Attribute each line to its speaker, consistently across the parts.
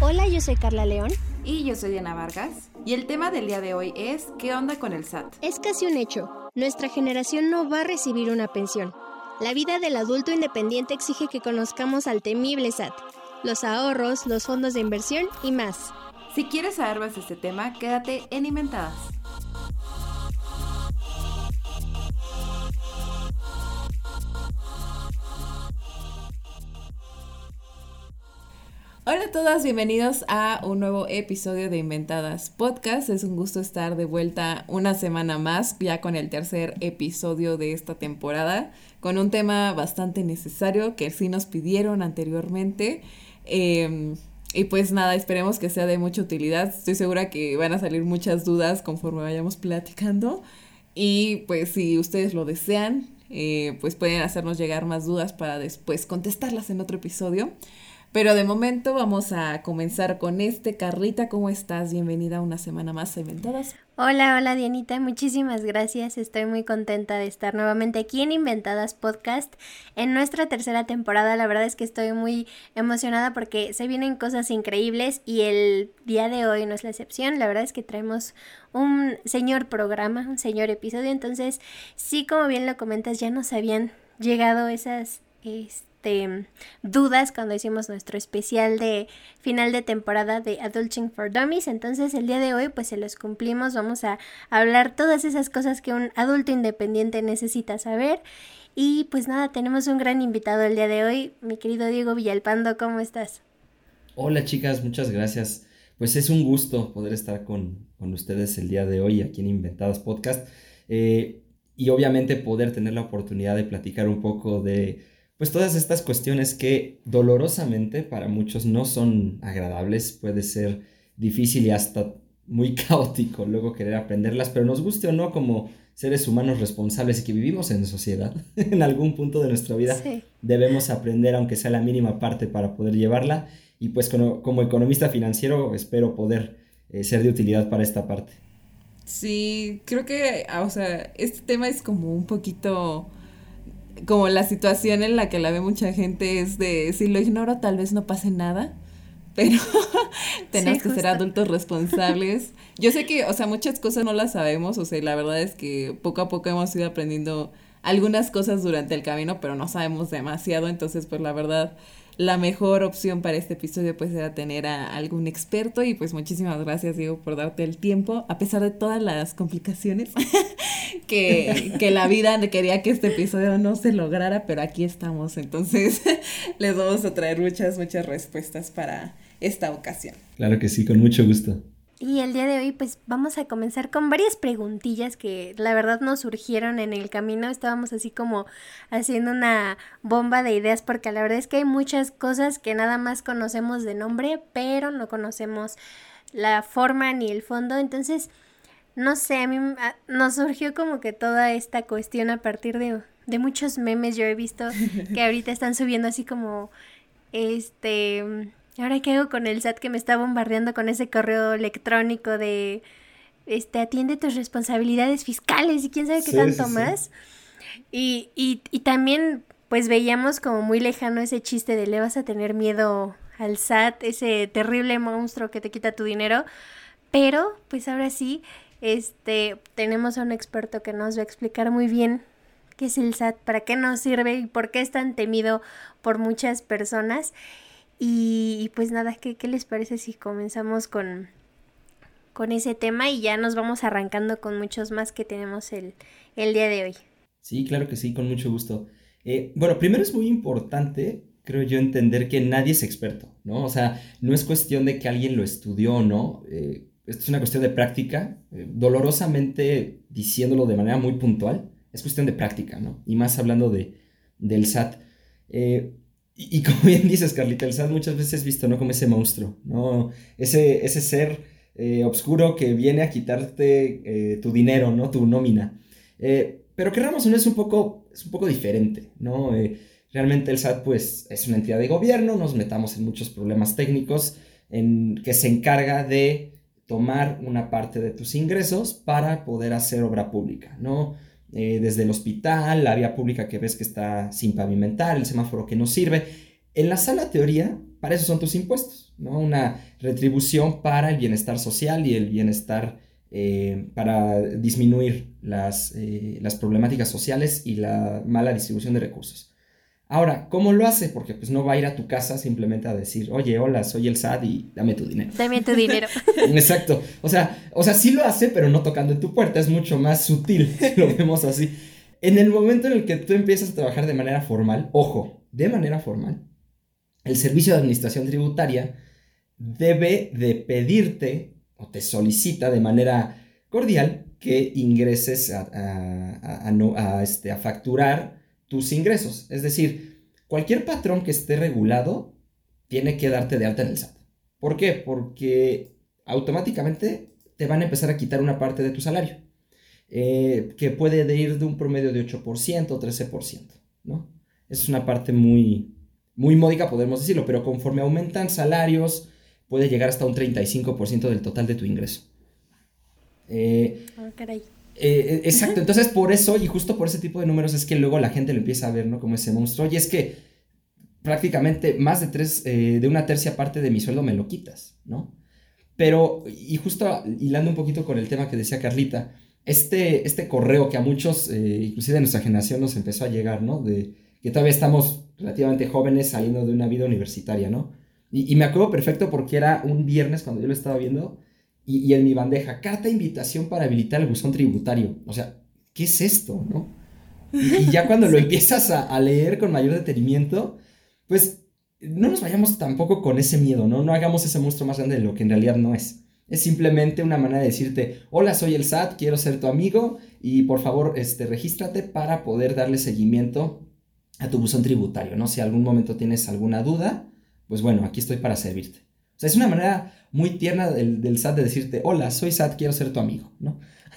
Speaker 1: Hola, yo soy Carla León.
Speaker 2: Y yo soy Diana Vargas. Y el tema del día de hoy es ¿qué onda con el SAT?
Speaker 1: Es casi un hecho. Nuestra generación no va a recibir una pensión. La vida del adulto independiente exige que conozcamos al temible SAT, los ahorros, los fondos de inversión y más.
Speaker 2: Si quieres saber más de este tema, quédate en Inventadas. Hola a todas, bienvenidos a un nuevo episodio de Inventadas Podcast. Es un gusto estar de vuelta una semana más, ya con el tercer episodio de esta temporada, con un tema bastante necesario que sí nos pidieron anteriormente. Y pues nada, esperemos que sea de mucha utilidad. Estoy segura que van a salir muchas dudas conforme vayamos platicando. Y pues si ustedes lo desean, pues pueden hacernos llegar más dudas para después contestarlas en otro episodio. Pero de momento vamos a comenzar con Carlita, ¿cómo estás? Bienvenida una semana más a Inventadas.
Speaker 1: Hola Dianita, muchísimas gracias. Estoy muy contenta de estar nuevamente aquí en Inventadas Podcast en nuestra tercera temporada. La verdad es que estoy muy emocionada porque se vienen cosas increíbles y el día de hoy no es la excepción. La verdad es que traemos un señor programa, un señor episodio. Entonces, sí, como bien lo comentas, ya nos habían llegado esas dudas cuando hicimos nuestro especial de final de temporada de Adulting for Dummies. Entonces el día de hoy pues se los cumplimos. Vamos a hablar todas esas cosas que un adulto independiente necesita saber. Y pues nada, tenemos un gran invitado el día de hoy, mi querido Diego Villalpando. ¿Cómo estás?
Speaker 3: Hola chicas, muchas gracias. Pues es un gusto poder estar con ustedes el día de hoy aquí en Inventadas Podcast, y obviamente poder tener la oportunidad de platicar un poco de pues todas estas cuestiones que dolorosamente para muchos no son agradables. Puede ser difícil y hasta muy caótico luego querer aprenderlas, pero nos guste o no, como seres humanos responsables y que vivimos en sociedad, en algún punto de nuestra vida
Speaker 1: Sí.
Speaker 3: debemos aprender, aunque sea la mínima parte, para poder llevarla. Y pues como economista financiero espero poder ser de utilidad para esta parte.
Speaker 2: Sí, creo que, o sea, este tema es como un poquito como la situación en la que la ve mucha gente es de si lo ignoro tal vez no pase nada, pero tenemos
Speaker 1: Sí,
Speaker 2: que ser
Speaker 1: justo.
Speaker 2: adultos responsables. Yo sé que, o sea, muchas cosas no las sabemos, o sea, la verdad es que poco a poco hemos ido aprendiendo algunas cosas durante el camino, pero no sabemos demasiado. Entonces pues la verdad, la mejor opción para este episodio pues era tener a algún experto. Y pues muchísimas gracias, Diego, por darte el tiempo a pesar de todas las complicaciones que la vida quería que este episodio no se lograra, pero aquí estamos. Entonces les vamos a traer muchas respuestas para esta ocasión.
Speaker 3: Claro que sí, con mucho gusto.
Speaker 1: Y el día de hoy pues vamos a comenzar con varias preguntillas que la verdad nos surgieron en el camino. Estábamos así como haciendo una bomba de ideas porque la verdad es que hay muchas cosas que nada más conocemos de nombre, pero no conocemos la forma ni el fondo. Entonces, no sé, a mí nos surgió como que toda esta cuestión a partir de muchos memes. Yo he visto que ahorita están subiendo así como ahora qué hago con el SAT que me está bombardeando con ese correo electrónico de atiende tus responsabilidades fiscales y quién sabe qué
Speaker 3: Sí,
Speaker 1: tanto
Speaker 3: sí, sí.
Speaker 1: más. Y también pues veíamos como muy lejano ese chiste de le vas a tener miedo al SAT, ese terrible monstruo que te quita tu dinero. Pero pues ahora sí, tenemos a un experto que nos va a explicar muy bien qué es el SAT, para qué nos sirve y por qué es tan temido por muchas personas. Y pues nada, ¿qué les parece si comenzamos con ese tema y ya nos vamos arrancando con muchos más que tenemos el día de hoy?
Speaker 3: Sí, claro que sí, con mucho gusto. Bueno, primero es muy importante, creo yo, entender que nadie es experto, ¿no? O sea, no es cuestión de que alguien lo estudió o no. Esto es una cuestión de práctica, dolorosamente diciéndolo de manera muy puntual, es cuestión de práctica, ¿no? Y más hablando del SAT. Y como bien dices, Carlita, el SAT muchas veces es visto, ¿no? Como ese monstruo, ¿no? Ese ser oscuro que viene a quitarte tu dinero, ¿no? Tu nómina. Pero querramos o no, es un poco diferente, ¿no? Realmente el SAT pues es una entidad de gobierno, nos metamos en muchos problemas técnicos que se encarga de tomar una parte de tus ingresos para poder hacer obra pública, ¿no? Desde el hospital, la vía pública que ves que está sin pavimentar, el semáforo que no sirve, En la sana teoría, para eso son tus impuestos, ¿no? Una retribución para el bienestar social y el bienestar para disminuir las problemáticas sociales y la mala distribución de recursos. Ahora, ¿cómo lo hace? Porque pues no va a ir a tu casa simplemente a decir, oye, hola, soy el SAT y dame tu dinero.
Speaker 1: Dame tu dinero.
Speaker 3: Exacto. O sea, sí lo hace, pero no tocando en tu puerta. Es mucho más sutil, si lo vemos así. En el momento en el que tú empiezas a trabajar de manera formal, ojo, de manera formal, el Servicio de Administración Tributaria debe de pedirte o te solicita de manera cordial que ingreses a facturar tus ingresos. Es decir, cualquier patrón que esté regulado tiene que darte de alta en el SAT. ¿Por qué? Porque automáticamente te van a empezar a quitar una parte de tu salario, que puede ir de un promedio de 8% o 13%, ¿no? Es una parte muy, muy módica, podemos decirlo, pero conforme aumentan salarios, puede llegar hasta un 35% del total de tu ingreso.
Speaker 1: Caray.
Speaker 3: Exacto, entonces por eso y justo por ese tipo de números es que luego la gente lo empieza a ver, ¿no? Como ese monstruo. Y es que prácticamente más de una tercia parte de mi sueldo me lo quitas, ¿no? Pero, y justo hilando un poquito con el tema que decía Carlita, este correo que a muchos, inclusive de nuestra generación, nos empezó a llegar, ¿no? De que todavía estamos relativamente jóvenes saliendo de una vida universitaria, ¿no? Y me acuerdo perfecto porque era un viernes cuando yo lo estaba viendo y en mi bandeja, carta de invitación para habilitar el buzón tributario. O sea, ¿qué es esto, no? Y ya cuando lo empiezas a leer con mayor detenimiento, pues no nos vayamos tampoco con ese miedo, ¿no? No hagamos ese monstruo más grande de lo que en realidad no es. Es simplemente una manera de decirte, hola, soy el SAT, quiero ser tu amigo y por favor, regístrate para poder darle seguimiento a tu buzón tributario, ¿no? Si algún momento tienes alguna duda, pues bueno, aquí estoy para servirte. O sea, es una manera muy tierna del SAT de decirte, hola, soy SAT, quiero ser tu amigo, ¿no?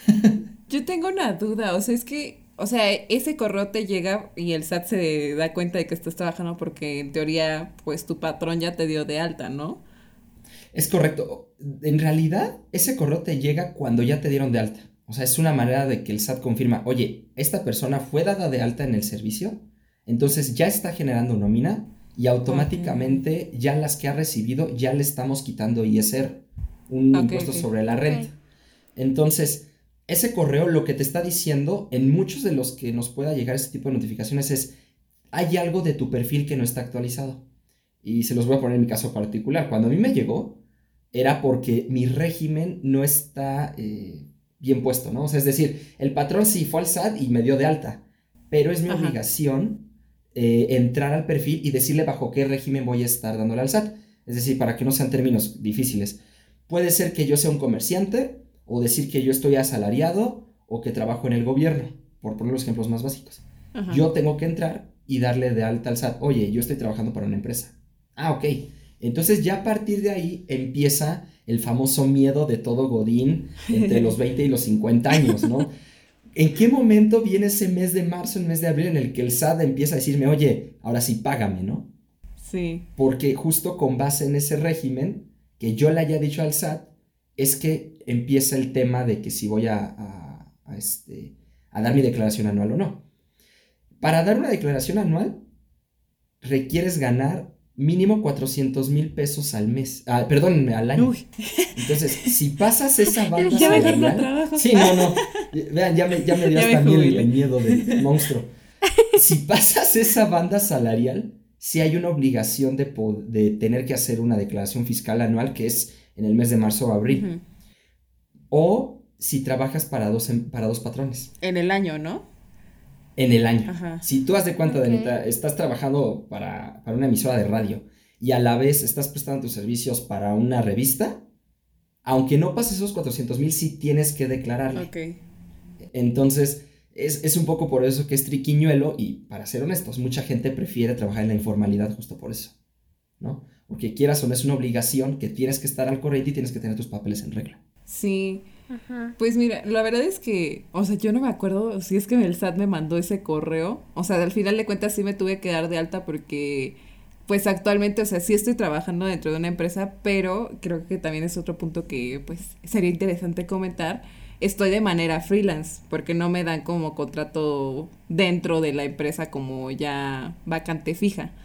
Speaker 2: Yo tengo una duda, o sea, es que, o sea, ese correo te llega y el SAT se da cuenta de que estás trabajando porque en teoría, pues tu patrón ya te dio de alta, ¿no?
Speaker 3: Es correcto. En realidad, ese correo te llega cuando ya te dieron de alta. O sea, es una manera de que el SAT confirma, oye, esta persona fue dada de alta en el servicio, entonces ya está generando nómina y automáticamente ya las que ha recibido ya le estamos quitando ISR, un impuesto sobre la renta. Entonces, ese correo lo que te está diciendo en muchos de los que nos pueda llegar ese tipo de notificaciones es, hay algo de tu perfil que no está actualizado. Y se los voy a poner en mi caso particular. Cuando a mí me llegó, era porque mi régimen no está bien puesto, ¿no? O sea, es decir, el patrón sí fue al SAT y me dio de alta, pero es mi obligación entrar al perfil y decirle bajo qué régimen voy a estar dándole al SAT. Es decir, para que no sean términos difíciles. Puede ser que yo sea un comerciante, o decir que yo estoy asalariado, o que trabajo en el gobierno, por poner los ejemplos más básicos. Yo tengo que entrar y darle de alta al SAT. Oye, yo estoy trabajando para una empresa. Ah, ok. Entonces ya a partir de ahí empieza el famoso miedo de todo godín entre los 20 y los 50 años, ¿no? ¿En qué momento viene ese mes de marzo, el mes de abril, en el que el SAT empieza a decirme, oye, ahora sí págame, ¿no?
Speaker 2: Sí.
Speaker 3: Porque justo con base en ese régimen, que yo le haya dicho al SAT, es que empieza el tema de que si voy a dar mi declaración anual o no. Para dar una declaración anual, requieres ganar mínimo 400,000 pesos al mes. Perdón, al año. Uy. Entonces, si pasas esa banda salarial... Sí, no. Vean, ya me dio hasta el miedo del monstruo. Si pasas esa banda salarial, sí hay una obligación de tener que hacer una declaración fiscal anual, que es en el mes de marzo o abril. O si trabajas para dos patrones.
Speaker 2: En el año, ¿no?
Speaker 3: En el año. Si tú haz de cuenta, Danita, estás trabajando para una emisora de radio y a la vez estás prestando tus servicios para una revista, aunque no pases esos 400,000, sí tienes que declararle.
Speaker 2: Okay.
Speaker 3: Entonces, es un poco por eso que es triquiñuelo y, para ser honestos, mucha gente prefiere trabajar en la informalidad justo por eso, ¿no? Porque quieras o no, es una obligación que tienes que estar al corriente y tienes que tener tus papeles en regla.
Speaker 2: Sí. Pues mira, la verdad es que, o sea, yo no me acuerdo si es que el SAT me mandó ese correo. O sea, al final de cuentas sí me tuve que dar de alta porque, pues actualmente, o sea, sí estoy trabajando dentro de una empresa, pero creo que también es otro punto que, pues, sería interesante comentar. Estoy de manera freelance porque no me dan como contrato dentro de la empresa como ya vacante fija.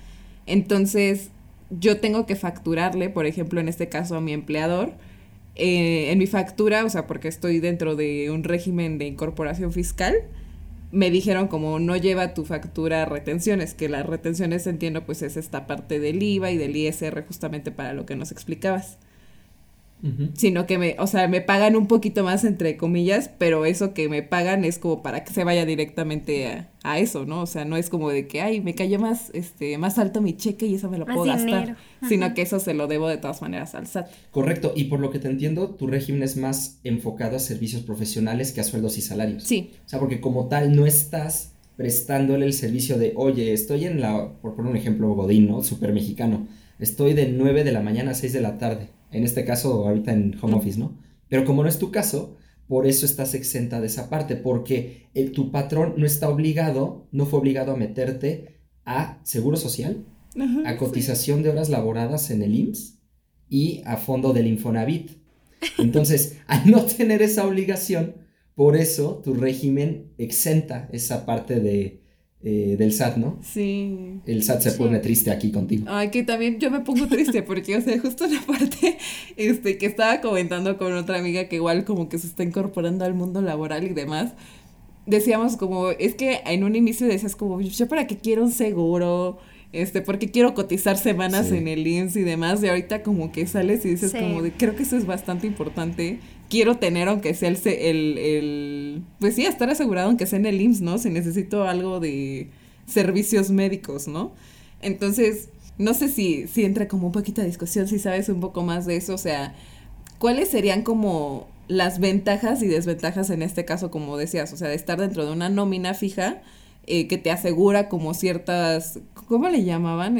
Speaker 2: Entonces, yo tengo que facturarle, por ejemplo, en este caso a mi empleador, en mi factura, o sea, porque estoy dentro de un régimen de incorporación fiscal, me dijeron como no lleva tu factura retenciones, que las retenciones, entiendo, pues es esta parte del IVA y del ISR justamente para lo que nos explicabas. Sino que me pagan un poquito más entre comillas, pero eso que me pagan es como para que se vaya directamente a eso, ¿no? O sea, no es como de que, ay, me cayó más alto mi cheque y eso me lo puedo gastar, sino que eso se lo debo de todas maneras al SAT.
Speaker 3: Correcto, y por lo que te entiendo, tu régimen es más enfocado a servicios profesionales que a sueldos y salarios.
Speaker 2: Sí.
Speaker 3: O sea, porque como tal no estás prestándole el servicio de, oye, estoy por poner un ejemplo godín, ¿no? Súper mexicano, estoy de 9 de la mañana a 6 de la tarde. En este caso, ahorita en home office, ¿no? Pero como no es tu caso, por eso estás exenta de esa parte, porque tu patrón no fue obligado a meterte a seguro social, a cotización de horas laboradas en el IMSS y a fondo del Infonavit. Entonces, al no tener esa obligación, por eso tu régimen exenta esa parte del SAT, ¿no?
Speaker 2: Sí.
Speaker 3: El SAT se pone triste aquí contigo.
Speaker 2: Ay, que también yo me pongo triste porque, o sea, justo la parte que estaba comentando con otra amiga que igual como que se está incorporando al mundo laboral y demás, decíamos como, es que en un inicio decías como, yo para qué quiero un seguro, porque quiero cotizar semanas en el IMSS y demás, y ahorita como que sales y dices como de, creo que eso es bastante importante, quiero tener aunque sea pues sí, estar asegurado aunque sea en el IMSS, ¿no? Si necesito algo de servicios médicos, ¿no? Entonces, no sé si entra como un poquito de discusión, si sabes un poco más de eso, o sea, ¿cuáles serían como las ventajas y desventajas en este caso, como decías, o sea, de estar dentro de una nómina fija, que te asegura como ciertas, ¿cómo le llamaban?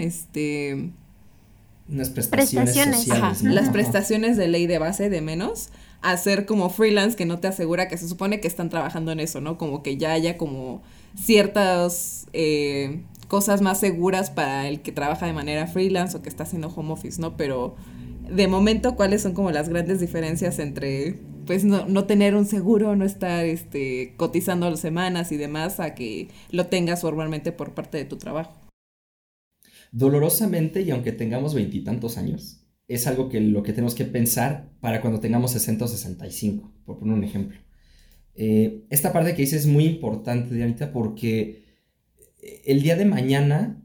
Speaker 3: Unas prestaciones sociales.
Speaker 2: Ajá,
Speaker 3: ¿no?
Speaker 2: las prestaciones de ley de base de menos, hacer como freelance que no te asegura, que se supone que están trabajando en eso, ¿no? Como que ya haya como ciertas cosas más seguras para el que trabaja de manera freelance o que está haciendo home office, ¿no? Pero de momento, ¿cuáles son como las grandes diferencias entre pues no tener un seguro, no estar cotizando las semanas y demás, a que lo tengas formalmente por parte de tu trabajo?
Speaker 3: Dolorosamente, y aunque tengamos 20 y tantos años, es algo que lo que tenemos que pensar para cuando tengamos 60 o 65, por poner un ejemplo. Esta parte que dices es muy importante, Dianita, porque el día de mañana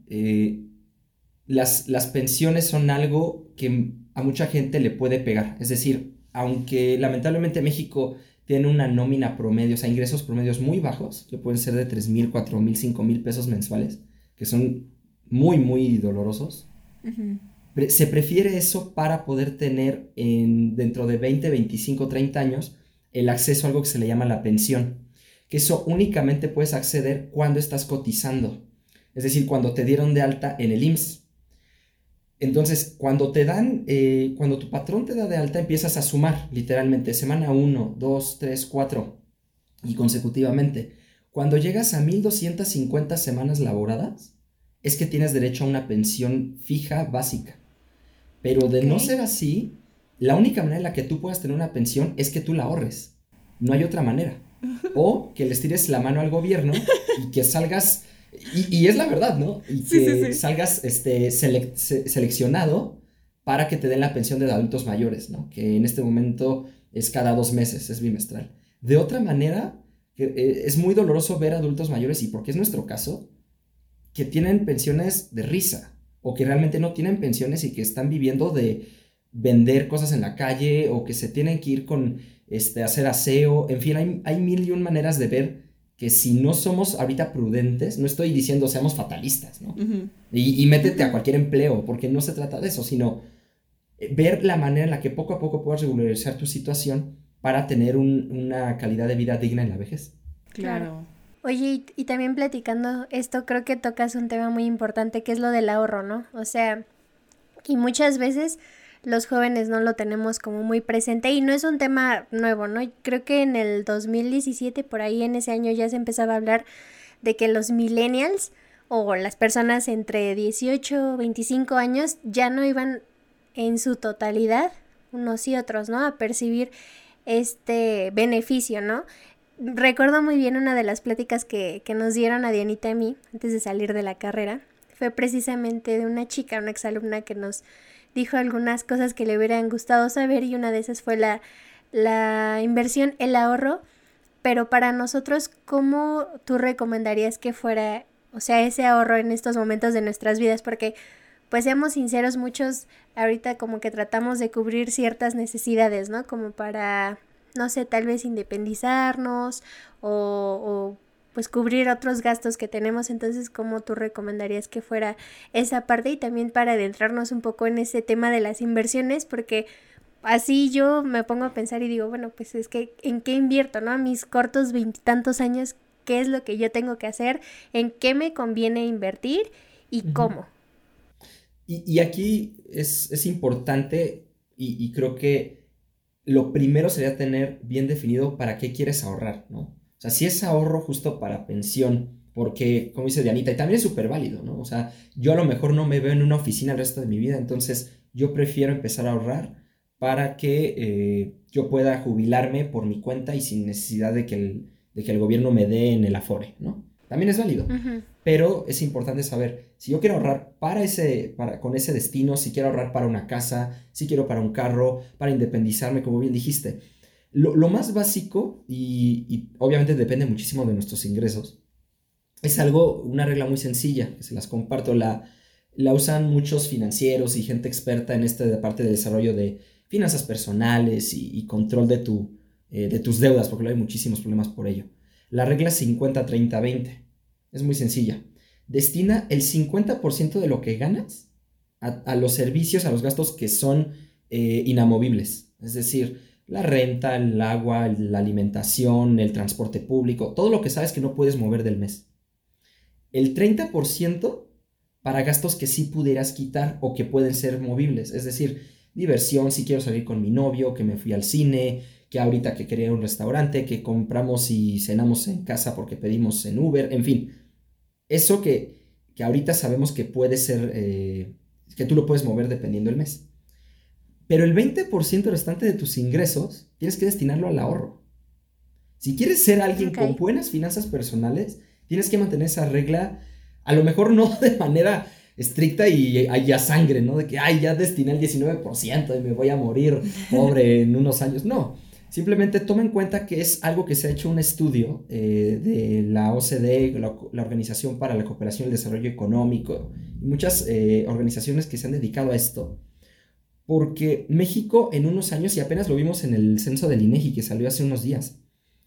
Speaker 3: las pensiones son algo que a mucha gente le puede pegar. Es decir, aunque lamentablemente México tiene una nómina promedio, o sea, ingresos promedios muy bajos, que pueden ser de 3,000, 4,000, 5,000 pesos mensuales, que son muy, muy dolorosos. Se prefiere eso para poder tener dentro de 20, 25, 30 años el acceso a algo que se le llama la pensión, que eso únicamente puedes acceder cuando estás cotizando, es decir, cuando te dieron de alta en el IMSS. Entonces, cuando tu patrón te da de alta, empiezas a sumar, literalmente, semana 1, 2, 3, 4, y consecutivamente. Cuando llegas a 1,250 semanas laboradas, es que tienes derecho a una pensión fija básica. Pero de no ser así, la única manera en la que tú puedas tener una pensión es que tú la ahorres. No hay otra manera. O que les tires la mano al gobierno y que salgas... Y es la verdad, ¿no? Y que salgas seleccionado para que te den la pensión de adultos mayores, ¿no? Que en este momento es cada 2 meses, es bimestral. De otra manera, es muy doloroso ver adultos mayores, y porque es nuestro caso, que tienen pensiones de risa, o que realmente no tienen pensiones y que están viviendo de vender cosas en la calle, o que se tienen que ir con hacer aseo. En fin, hay mil y un maneras de ver que si no somos ahorita prudentes, no estoy diciendo seamos fatalistas, ¿no? Y métete a cualquier empleo, porque no se trata de eso, sino ver la manera en la que poco a poco puedas regularizar tu situación para tener una calidad de vida digna en la vejez.
Speaker 2: Claro.
Speaker 1: Oye, y también platicando esto, creo que tocas un tema muy importante, que es lo del ahorro, ¿no? O sea, y muchas veces los jóvenes no lo tenemos como muy presente, y no es un tema nuevo, ¿no? Creo que en el 2017, por ahí en ese año, ya se empezaba a hablar de que los millennials o las personas entre 18 o 25 años ya no iban en su totalidad, unos y otros, ¿no?, a percibir este beneficio, ¿no? Recuerdo muy bien una de las pláticas que nos dieron a Dianita y a mí antes de salir de la carrera. fue precisamente de una chica, una exalumna que nos dijo algunas cosas que le hubieran gustado saber y una de esas fue la inversión, el ahorro, pero para nosotros, ¿cómo tú recomendarías que fuera, o sea, ese ahorro en estos momentos de nuestras vidas? Porque, pues seamos sinceros, muchos ahorita como que tratamos de cubrir ciertas necesidades, ¿no? Como para, no sé, tal vez independizarnos o pues cubrir otros gastos que tenemos. Entonces, ¿cómo tú recomendarías que fuera esa parte? Y también para adentrarnos un poco en ese tema de las inversiones, porque así yo me pongo a pensar y digo, bueno, pues es que ¿en qué invierto, no? A mis cortos 20 y tantos años, ¿qué es lo que yo tengo que hacer? ¿En qué me conviene invertir y cómo?
Speaker 3: Y aquí es importante y creo que lo primero sería tener bien definido para qué quieres ahorrar, ¿no? O sea, si es ahorro justo para pensión, porque, como dice Dianita, y también es súper válido, ¿no? O sea, yo a lo mejor no me veo en una oficina el resto de mi vida, entonces yo prefiero empezar a ahorrar para que yo pueda jubilarme por mi cuenta y sin necesidad de que el gobierno me dé en el Afore, ¿no? También es válido.
Speaker 1: Ujú.
Speaker 3: Pero es importante saber, si yo quiero ahorrar con ese destino, si quiero ahorrar para una casa, si quiero para un carro, para independizarme, como bien dijiste. Lo más básico, y obviamente depende muchísimo de nuestros ingresos, es una regla muy sencilla, que se las comparto, la usan muchos financieros y gente experta en esta parte de desarrollo de finanzas personales y control de tus deudas, porque luego hay muchísimos problemas por ello. La regla 50-30-20 es muy sencilla. Destina el 50% de lo que ganas a los servicios, a los gastos que son inamovibles. Es decir, la renta, el agua, la alimentación, el transporte público, todo lo que sabes que no puedes mover del mes. El 30% para gastos que sí pudieras quitar o que pueden ser movibles. Es decir, diversión, si quiero salir con mi novio, que me fui al cine, que ahorita que quería ir a un restaurante, que compramos y cenamos en casa porque pedimos en Uber, en fin. Eso que ahorita sabemos que puede ser, que tú lo puedes mover dependiendo del mes. Pero el 20% restante de tus ingresos tienes que destinarlo al ahorro. Si quieres ser alguien con buenas finanzas personales, tienes que mantener esa regla, a lo mejor no de manera estricta y a sangre, ¿no? De que, ya destiné el 19% y me voy a morir pobre en unos años. No, simplemente toma en cuenta que es algo que se ha hecho un estudio de la OCDE, la Organización para la Cooperación y el Desarrollo Económico, y muchas organizaciones que se han dedicado a esto. Porque México en unos años, y apenas lo vimos en el censo del INEGI que salió hace unos días,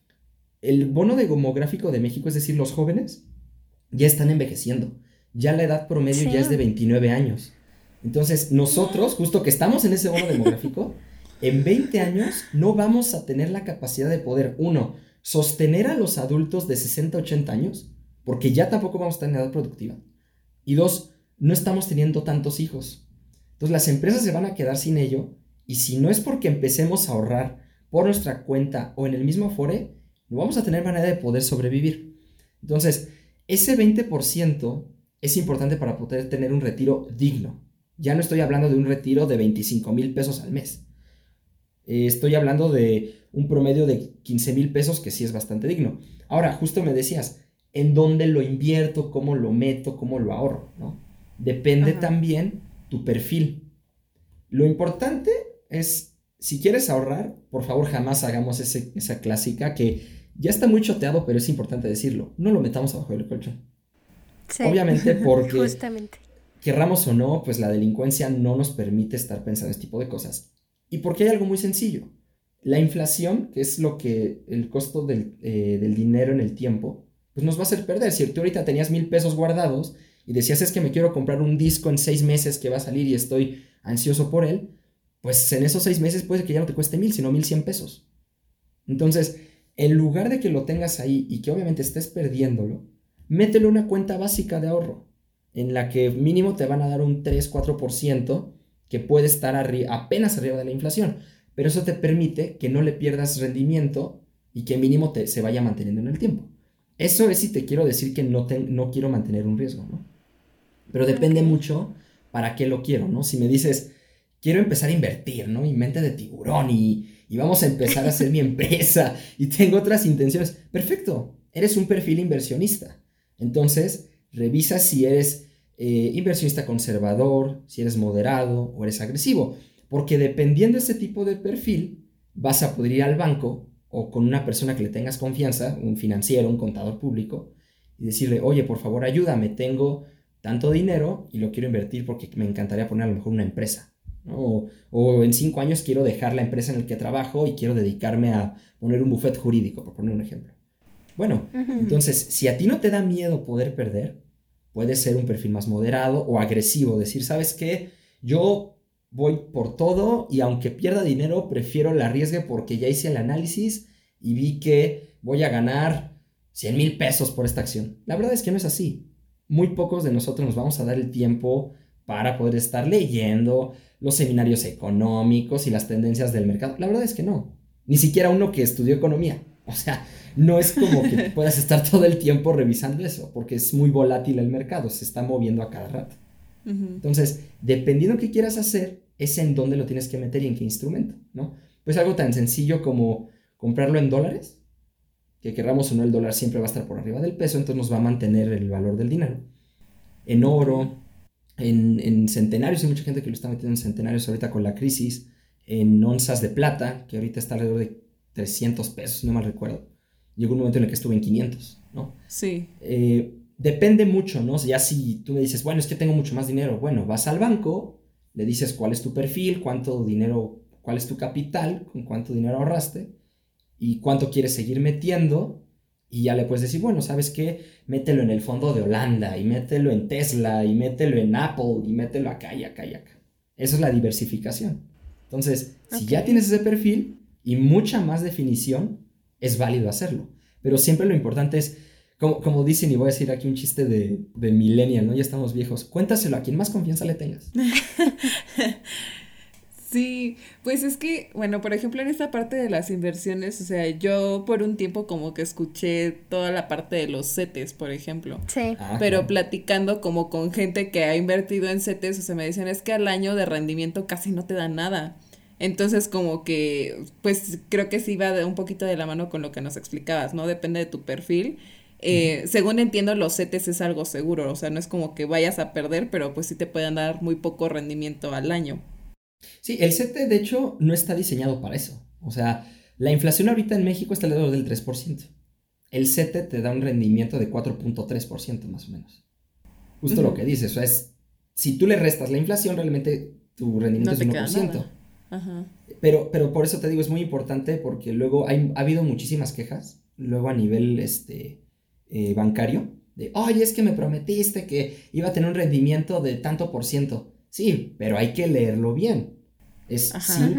Speaker 3: el bono demográfico de México, es decir, los jóvenes, ya están envejeciendo. Ya la edad promedio ya es de 29 años. Entonces, nosotros, justo que estamos en ese bono demográfico, en 20 años no vamos a tener la capacidad de poder, uno, sostener a los adultos de 60, 80 años, porque ya tampoco vamos a estar en edad productiva. Y dos, no estamos teniendo tantos hijos. Entonces las empresas se van a quedar sin ello, y si no es porque empecemos a ahorrar por nuestra cuenta o en el mismo Afore, no vamos a tener manera de poder sobrevivir. Entonces, ese 20% es importante para poder tener un retiro digno. Ya no estoy hablando de un retiro de 25,000 pesos al mes. Estoy hablando de un promedio de 15,000 pesos, que sí es bastante digno. Ahora, justo me decías, ¿en dónde lo invierto? ¿Cómo lo meto? ¿Cómo lo ahorro? ¿No? Depende también tu perfil. Lo importante es, si quieres ahorrar, por favor jamás hagamos esa clásica que ya está muy choteado, pero es importante decirlo, no lo metamos abajo del colchón. Sí, obviamente porque
Speaker 1: justamente,
Speaker 3: querramos o no, pues la delincuencia no nos permite estar pensando en este tipo de cosas. Y porque hay algo muy sencillo. La inflación, que es el costo del dinero en el tiempo, pues nos va a hacer perder. Si tú ahorita tenías 1,000 pesos guardados y decías, es que me quiero comprar un disco en 6 meses que va a salir y estoy ansioso por él, pues en esos 6 meses puede que ya no te cueste 1,000, sino 1,100 pesos. Entonces, en lugar de que lo tengas ahí y que obviamente estés perdiéndolo, métele una cuenta básica de ahorro, en la que mínimo te van a dar un 3-4%, que puede estar apenas arriba de la inflación, pero eso te permite que no le pierdas rendimiento y que mínimo se vaya manteniendo en el tiempo. Eso es si te quiero decir que no quiero mantener un riesgo, ¿no? Pero depende mucho para qué lo quiero, ¿no? Si me dices, quiero empezar a invertir, ¿no? Y mente de tiburón y vamos a empezar a hacer mi empresa y tengo otras intenciones, perfecto, eres un perfil inversionista. Entonces, revisa si eres inversionista conservador, si eres moderado o eres agresivo. Porque dependiendo de ese tipo de perfil, vas a poder ir al banco o con una persona que le tengas confianza, un financiero, un contador público, y decirle, oye, por favor, ayúdame, tengo tanto dinero y lo quiero invertir porque me encantaría poner a lo mejor una empresa, ¿no? O en 5 años quiero dejar la empresa en la que trabajo y quiero dedicarme a poner un bufete jurídico, por poner un ejemplo. Bueno, entonces, si a ti no te da miedo poder perder, puedes ser un perfil más moderado o agresivo, decir, ¿sabes qué? Yo voy por todo y aunque pierda dinero, prefiero la arriesgue porque ya hice el análisis y vi que voy a ganar 100,000 pesos por esta acción. La verdad es que no es así. Muy pocos de nosotros nos vamos a dar el tiempo para poder estar leyendo los seminarios económicos y las tendencias del mercado. La verdad es que no. Ni siquiera uno que estudió economía. O sea, no es como que puedas estar todo el tiempo revisando eso, porque es muy volátil el mercado, se está moviendo a cada rato. Entonces, dependiendo de qué quieras hacer, es en dónde lo tienes que meter y en qué instrumento, ¿no? Pues algo tan sencillo como comprarlo en dólares, que querramos o no, el dólar siempre va a estar por arriba del peso, entonces nos va a mantener el valor del dinero. En oro, en centenarios, hay mucha gente que lo está metiendo en centenarios ahorita con la crisis, en onzas de plata, que ahorita está alrededor de 300 pesos, no mal recuerdo. Llegó un momento en el que estuve en 500, ¿no?
Speaker 2: Sí.
Speaker 3: Depende mucho, ¿no? Ya si tú me dices, bueno, es que tengo mucho más dinero, bueno, vas al banco, le dices cuál es tu perfil, cuánto dinero, cuál es tu capital, con cuánto dinero ahorraste y cuánto quieres seguir metiendo, y ya le puedes decir, bueno, ¿sabes qué? Mételo en el fondo de Holanda, y mételo en Tesla, y mételo en Apple, y mételo acá y acá y acá. Eso es la diversificación. Entonces, si ya tienes ese perfil y mucha más definición, es válido hacerlo. Pero siempre lo importante es, como dicen, y voy a decir aquí un chiste de millennial, ¿no? Ya estamos viejos. Cuéntaselo a quien más confianza le tengas.
Speaker 2: Sí, pues es que, bueno, por ejemplo, en esta parte de las inversiones, o sea, yo por un tiempo como que escuché toda la parte de los CETES, por ejemplo.
Speaker 1: Sí.
Speaker 2: Pero platicando como con gente que ha invertido en CETES, o sea, me decían, es que al año de rendimiento casi no te da nada. Entonces, como que, pues, creo que sí va un poquito de la mano con lo que nos explicabas, ¿no? Depende de tu perfil. Según entiendo, los CETES es algo seguro, o sea, no es como que vayas a perder, pero pues sí te pueden dar muy poco rendimiento al año.
Speaker 3: Sí, el CETE de hecho no está diseñado para eso. O sea, la inflación ahorita en México está alrededor del 3%. El CETE te da un rendimiento de 4.3% más o menos. Justo lo que dices, o sea, si tú le restas la inflación, realmente tu rendimiento es 1%.
Speaker 2: Ajá.
Speaker 3: Pero por eso te digo, es muy importante porque luego ha habido muchísimas quejas, luego a nivel bancario, de, oye, es que me prometiste que iba a tener un rendimiento de tanto por ciento. Sí, pero hay que leerlo bien. Es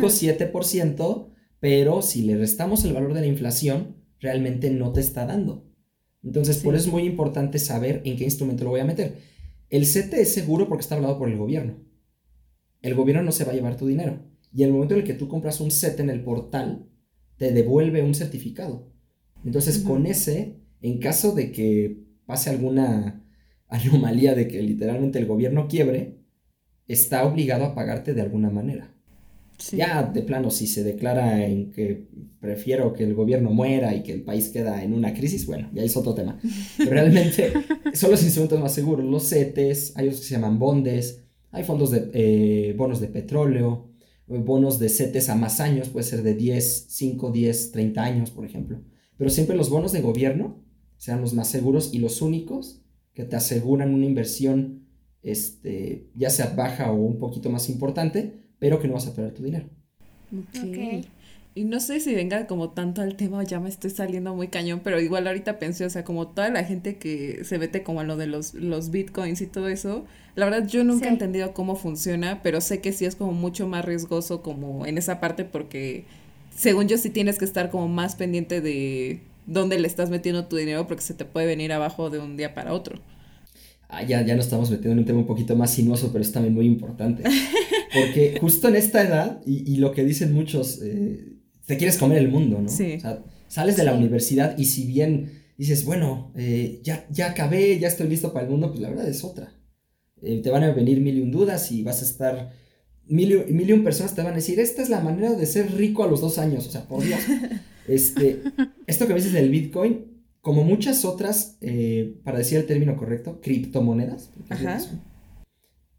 Speaker 3: 5-7%, pero si le restamos el valor de la inflación, realmente no te está dando. Entonces, por eso es muy importante saber en qué instrumento lo voy a meter. El CETE es seguro porque está hablado por el gobierno. El gobierno no se va a llevar tu dinero. Y en el momento en el que tú compras un CETE en el portal, te devuelve un certificado. Entonces, con ese, en caso de que pase alguna anomalía de que literalmente el gobierno quiebre, está obligado a pagarte de alguna manera. Sí. Ya de plano, si se declara en que prefiero que el gobierno muera y que el país queda en una crisis, bueno, ya es otro tema. Pero realmente son los instrumentos más seguros. Los CETES, hay otros que se llaman bondes, hay fondos de bonos de petróleo, bonos de CETES a más años, puede ser de 5, 10, 30 años, por ejemplo. Pero siempre los bonos de gobierno sean los más seguros y los únicos que te aseguran una inversión ya sea baja o un poquito más importante, pero que no vas a perder tu dinero.
Speaker 2: Okay. Y no sé si venga como tanto al tema o ya me estoy saliendo muy cañón, pero igual ahorita pensé, o sea, como toda la gente que se mete como a lo de los bitcoins y todo eso, la verdad yo nunca he entendido cómo funciona, pero sé que sí es como mucho más riesgoso como en esa parte porque según yo sí tienes que estar como más pendiente de dónde le estás metiendo tu dinero porque se te puede venir abajo de un día para otro.
Speaker 3: Ya nos estamos metiendo en un tema un poquito más sinuoso, pero es también muy importante. Porque justo en esta edad, y lo que dicen muchos, te quieres comer el mundo, ¿no?
Speaker 2: Sí.
Speaker 3: O sea, sales de la universidad y si bien dices, bueno, ya acabé, ya estoy listo para el mundo, pues la verdad es otra. Te van a venir 1,000,000 dudas y vas a estar... 1,000,000 personas te van a decir, esta es la manera de ser rico a los 2 años. O sea, por Dios. Esto que me dices del Bitcoin... Como muchas otras, para decir el término correcto, criptomonedas,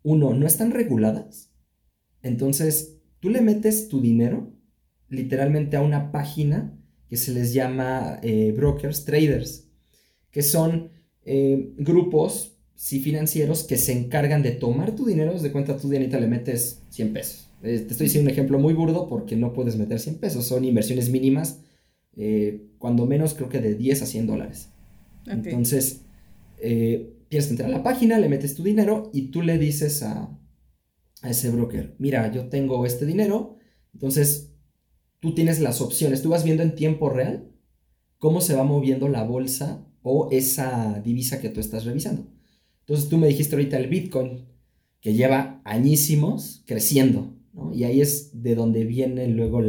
Speaker 3: uno, no están reguladas. Entonces, tú le metes tu dinero literalmente a una página que se les llama brokers, traders, que son grupos sí, financieros que se encargan de tomar tu dinero. De cuenta, tú, Dianita, le metes 100 pesos. Te estoy diciendo un ejemplo muy burdo porque no puedes meter 100 pesos, son inversiones mínimas, cuando menos creo que de 10 a 100 dólares. Okay. Entonces, tienes que entrar a la página, le metes tu dinero y tú le dices a ese broker, mira, yo tengo este dinero, entonces tú tienes las opciones, tú vas viendo en tiempo real cómo se va moviendo la bolsa o esa divisa que tú estás revisando. Entonces tú me dijiste ahorita el Bitcoin, que lleva añísimos creciendo, ¿no? Y ahí es de donde viene luego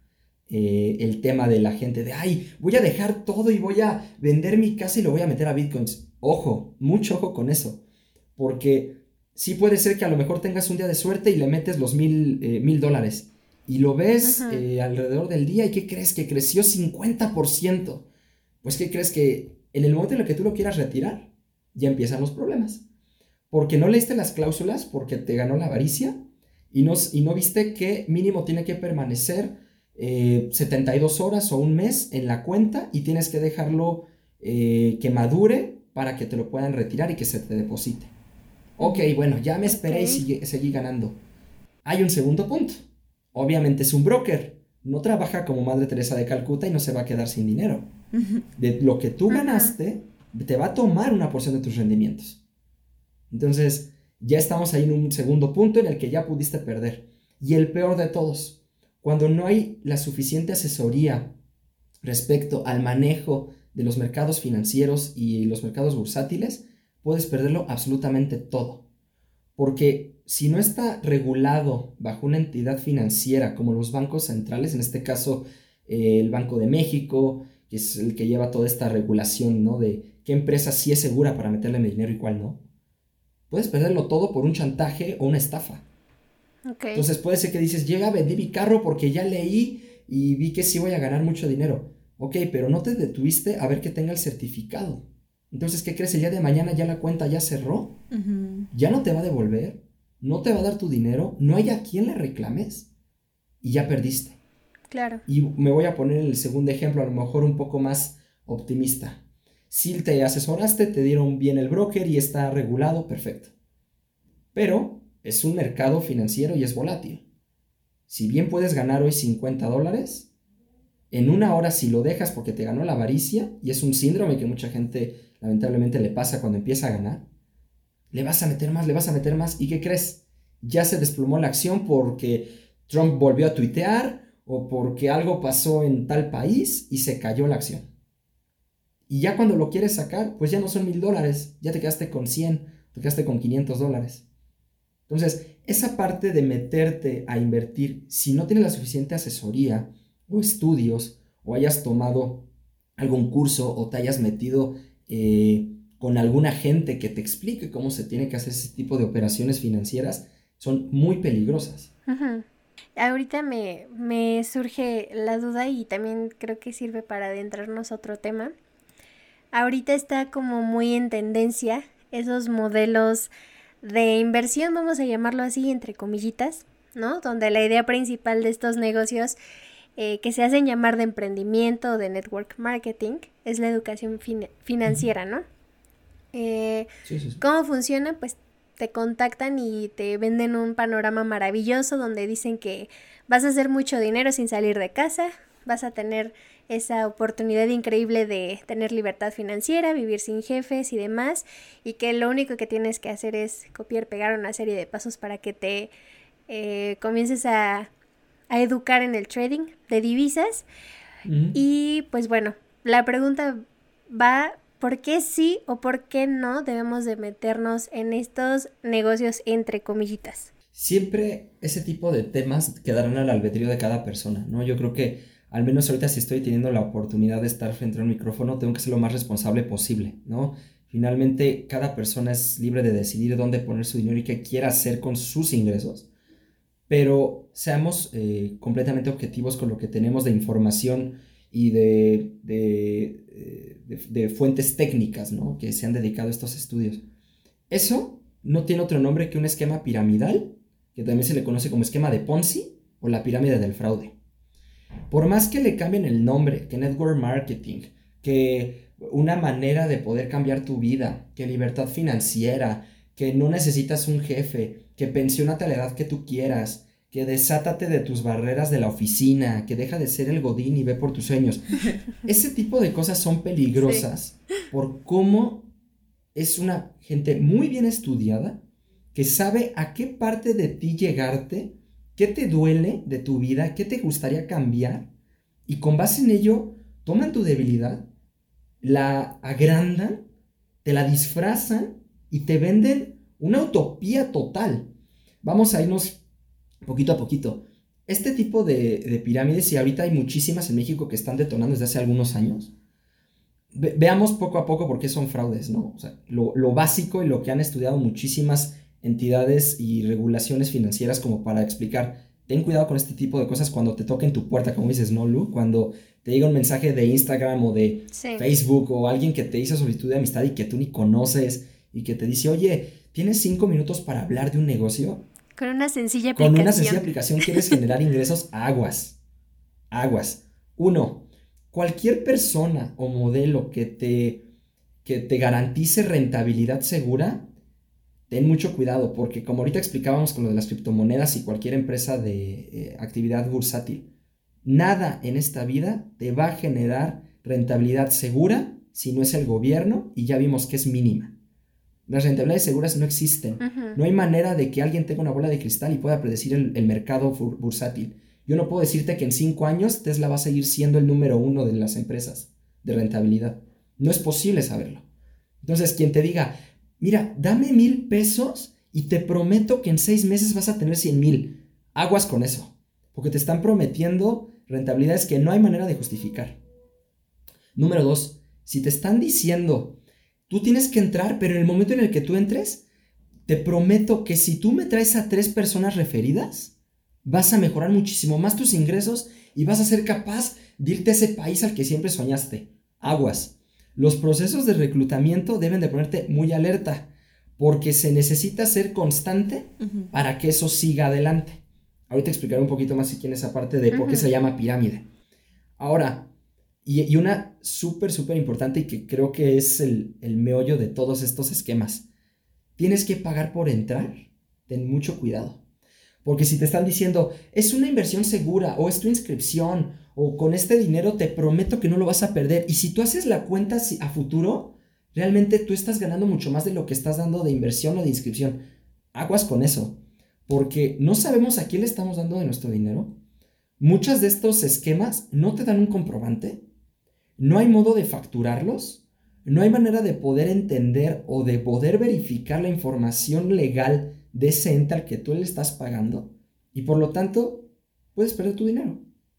Speaker 3: el tema de la gente de, ay, voy a dejar todo y voy a vender mi casa y lo voy a meter a Bitcoins. Ojo, mucho ojo con eso, porque sí puede ser que a lo mejor tengas un día de suerte y le metes los $1,000 y lo ves alrededor del día y ¿qué crees? Que creció 50%. Pues ¿qué crees? Que en el momento en el que tú lo quieras retirar, ya empiezan los problemas. Porque no leíste las cláusulas, porque te ganó la avaricia y no viste que mínimo tiene que permanecer 72 horas o un mes en la cuenta y tienes que dejarlo que madure para que te lo puedan retirar y que se te deposite. Ok, bueno, ya me esperé y seguí ganando. Hay un segundo punto. Obviamente es un broker. No trabaja como Madre Teresa de Calcuta y no se va a quedar sin dinero. De lo que tú ganaste, te va a tomar una porción de tus rendimientos. Entonces, ya estamos ahí en un segundo punto en el que ya pudiste perder. Y el peor de todos, cuando no hay la suficiente asesoría respecto al manejo de los mercados financieros y los mercados bursátiles, puedes perderlo absolutamente todo. Porque si no está regulado bajo una entidad financiera como los bancos centrales, en este caso el Banco de México, que es el que lleva toda esta regulación, ¿no? De qué empresa sí es segura para meterle mi dinero y cuál no, puedes perderlo todo por un chantaje o una estafa. Okay. Entonces puede ser que dices, llega, vendí mi carro porque ya leí y vi que sí voy a ganar mucho dinero. Ok, pero no te detuviste a ver que tenga el certificado. Entonces, ¿qué crees? El día de mañana ya la cuenta ya cerró. Ya no te va a devolver, no te va a dar tu dinero, no hay a quien le reclames y ya perdiste.
Speaker 1: Claro.
Speaker 3: Y me voy a poner el segundo ejemplo, a lo mejor un poco más optimista. Si te asesoraste, te dieron bien el broker y está regulado, perfecto. Pero es un mercado financiero y es volátil. Si bien puedes ganar hoy $50, en una hora si lo dejas porque te ganó la avaricia, y es un síndrome que mucha gente lamentablemente le pasa cuando empieza a ganar, le vas a meter más, ¿y qué crees? Ya se desplomó la acción porque Trump volvió a tuitear o porque algo pasó en tal país y se cayó la acción. Y ya cuando lo quieres sacar, pues ya no son $1,000, ya te quedaste con 100, te quedaste con $500. Entonces, esa parte de meterte a invertir, si no tienes la suficiente asesoría o estudios, o hayas tomado algún curso o te hayas metido con alguna gente que te explique cómo se tiene que hacer ese tipo de operaciones financieras, son muy peligrosas.
Speaker 1: Ahorita me surge la duda y también creo que sirve para adentrarnos a otro tema. Ahorita está como muy en tendencia esos modelos de inversión, vamos a llamarlo así, entre comillitas, ¿no? Donde la idea principal de estos negocios que se hacen llamar de emprendimiento o de network marketing es la educación financiera, ¿no?
Speaker 3: Sí.
Speaker 1: ¿Cómo funciona? Pues te contactan y te venden un panorama maravilloso donde dicen que vas a hacer mucho dinero sin salir de casa, vas a tener esa oportunidad increíble de tener libertad financiera, vivir sin jefes y demás, y que lo único que tienes que hacer es copiar, pegar una serie de pasos para que te comiences a educar en el trading de divisas. Y pues bueno, la pregunta va, ¿por qué sí o por qué no debemos de meternos en estos negocios entre comillitas?
Speaker 3: Siempre ese tipo de temas quedarán al albedrío de cada persona, ¿no? Yo creo que al menos ahorita si estoy teniendo la oportunidad de estar frente a un micrófono, tengo que ser lo más responsable posible, ¿no? Finalmente, cada persona es libre de decidir dónde poner su dinero y qué quiera hacer con sus ingresos, pero seamos completamente objetivos con lo que tenemos de información y de fuentes técnicas, ¿no? Que se han dedicado a estos estudios. Eso no tiene otro nombre que un esquema piramidal, que también se le conoce como esquema de Ponzi o la pirámide del fraude. Por más que le cambien el nombre, que network marketing, que una manera de poder cambiar tu vida, que libertad financiera, que no necesitas un jefe, que pensiónate a la edad que tú quieras, que desátate de tus barreras de la oficina, que deja de ser el godín y ve por tus sueños. Ese tipo de cosas son peligrosas por cómo es una gente muy bien estudiada que sabe a qué parte de ti llegarte, qué te duele de tu vida, qué te gustaría cambiar, y con base en ello toman tu debilidad, la agrandan, te la disfrazan y te venden una utopía total. Vamos a irnos poquito a poquito. Este tipo de pirámides, y ahorita hay muchísimas en México que están detonando desde hace algunos años, veamos poco a poco por qué son fraudes, ¿no? O sea, lo básico y lo que han estudiado muchísimas entidades y regulaciones financieras como para explicar, ten cuidado con este tipo de cosas cuando te toquen tu puerta, como dices, ¿no, Lu? Cuando te llega un mensaje de Instagram o de Facebook o alguien que te hizo solicitud de amistad y que tú ni conoces y que te dice, oye, ¿tienes 5 minutos para hablar de un negocio?
Speaker 1: Con una sencilla aplicación.
Speaker 3: Con una sencilla aplicación quieres generar ingresos, aguas. Uno, cualquier persona o modelo que te garantice rentabilidad segura, ten mucho cuidado, porque como ahorita explicábamos con lo de las criptomonedas y cualquier empresa de actividad bursátil, nada en esta vida te va a generar rentabilidad segura si no es el gobierno, y ya vimos que es mínima. Las rentabilidades seguras no existen. No hay manera de que alguien tenga una bola de cristal y pueda predecir el mercado bursátil. Yo no puedo decirte que en 5 años Tesla va a seguir siendo el número 1 de las empresas de rentabilidad. No es posible saberlo. Entonces, quien te diga, mira, dame 1,000 pesos y te prometo que en 6 meses vas a tener 100,000. Aguas con eso, porque te están prometiendo rentabilidades que no hay manera de justificar. Número 2, si te están diciendo, tú tienes que entrar, pero en el momento en el que tú entres, te prometo que si tú me traes a 3 personas referidas, vas a mejorar muchísimo más tus ingresos y vas a ser capaz de irte a ese país al que siempre soñaste. Aguas. Los procesos de reclutamiento deben de ponerte muy alerta, porque se necesita ser constante para que eso siga adelante. Ahorita explicaré un poquito más si quieres esa parte de por qué se llama pirámide. Ahora, y una súper importante y que creo que es el meollo de todos estos esquemas. Tienes que pagar por entrar. Ten mucho cuidado. Porque si te están diciendo, es una inversión segura, o es tu inscripción, o con este dinero te prometo que no lo vas a perder. Y si tú haces la cuenta a futuro, realmente tú estás ganando mucho más de lo que estás dando de inversión o de inscripción. Aguas con eso. Porque no sabemos a quién le estamos dando de nuestro dinero. Muchos de estos esquemas no te dan un comprobante. No hay modo de facturarlos. No hay manera de poder entender o de poder verificar la información legal de ese ente al que tú le estás pagando, y por lo tanto puedes perder tu dinero.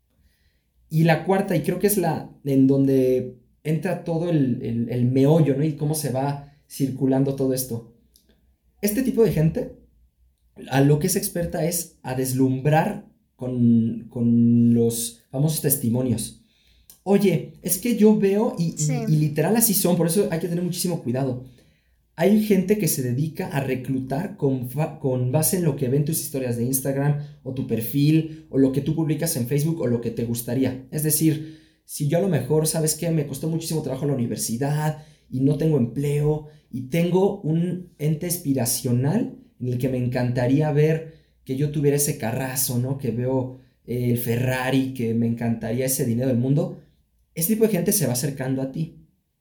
Speaker 3: Y la cuarta, y creo que es la en donde entra todo el meollo, ¿no? Y cómo se va circulando todo esto. Este tipo de gente a lo que es experta es a deslumbrar con los famosos testimonios. Oye, es que yo veo y literal así son, por eso hay que tener muchísimo cuidado. Hay gente que se dedica a reclutar con base en lo que ven tus historias de Instagram o tu perfil o lo que tú publicas en Facebook o lo que te gustaría. Es decir, si yo a lo mejor, ¿sabes qué? Me costó muchísimo trabajo en la universidad y no tengo empleo y tengo un ente aspiracional en el que me encantaría ver que yo tuviera ese carrazo, ¿no? Que veo el Ferrari, que me encantaría ese dinero del mundo. Ese tipo de gente se va acercando a ti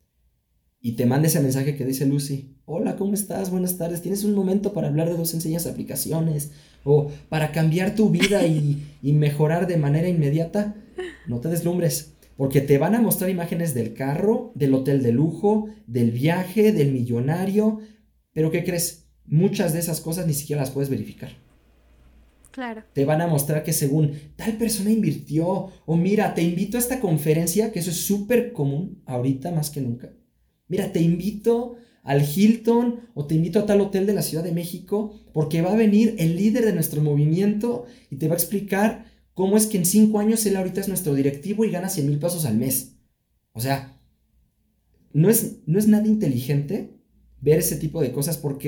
Speaker 3: y te manda ese mensaje que dice Lucy: hola, ¿cómo estás? Buenas tardes. ¿Tienes un momento para hablar de 2 sencillas aplicaciones? O para cambiar tu vida y mejorar de manera inmediata. No te deslumbres, porque te van a mostrar imágenes del carro, del hotel de lujo, del viaje, del millonario. Pero ¿qué crees? Muchas de esas cosas ni siquiera las puedes verificar.
Speaker 1: Claro.
Speaker 3: Te van a mostrar que según tal persona invirtió, o mira, te invito a esta conferencia, que eso es súper común ahorita más que nunca. Mira, te invito al Hilton o te invito a tal hotel de la Ciudad de México porque va a venir el líder de nuestro movimiento y te va a explicar cómo es que en 5 años él ahorita es nuestro directivo y gana 100,000 pesos al mes. O sea, no es nada inteligente ver ese tipo de cosas porque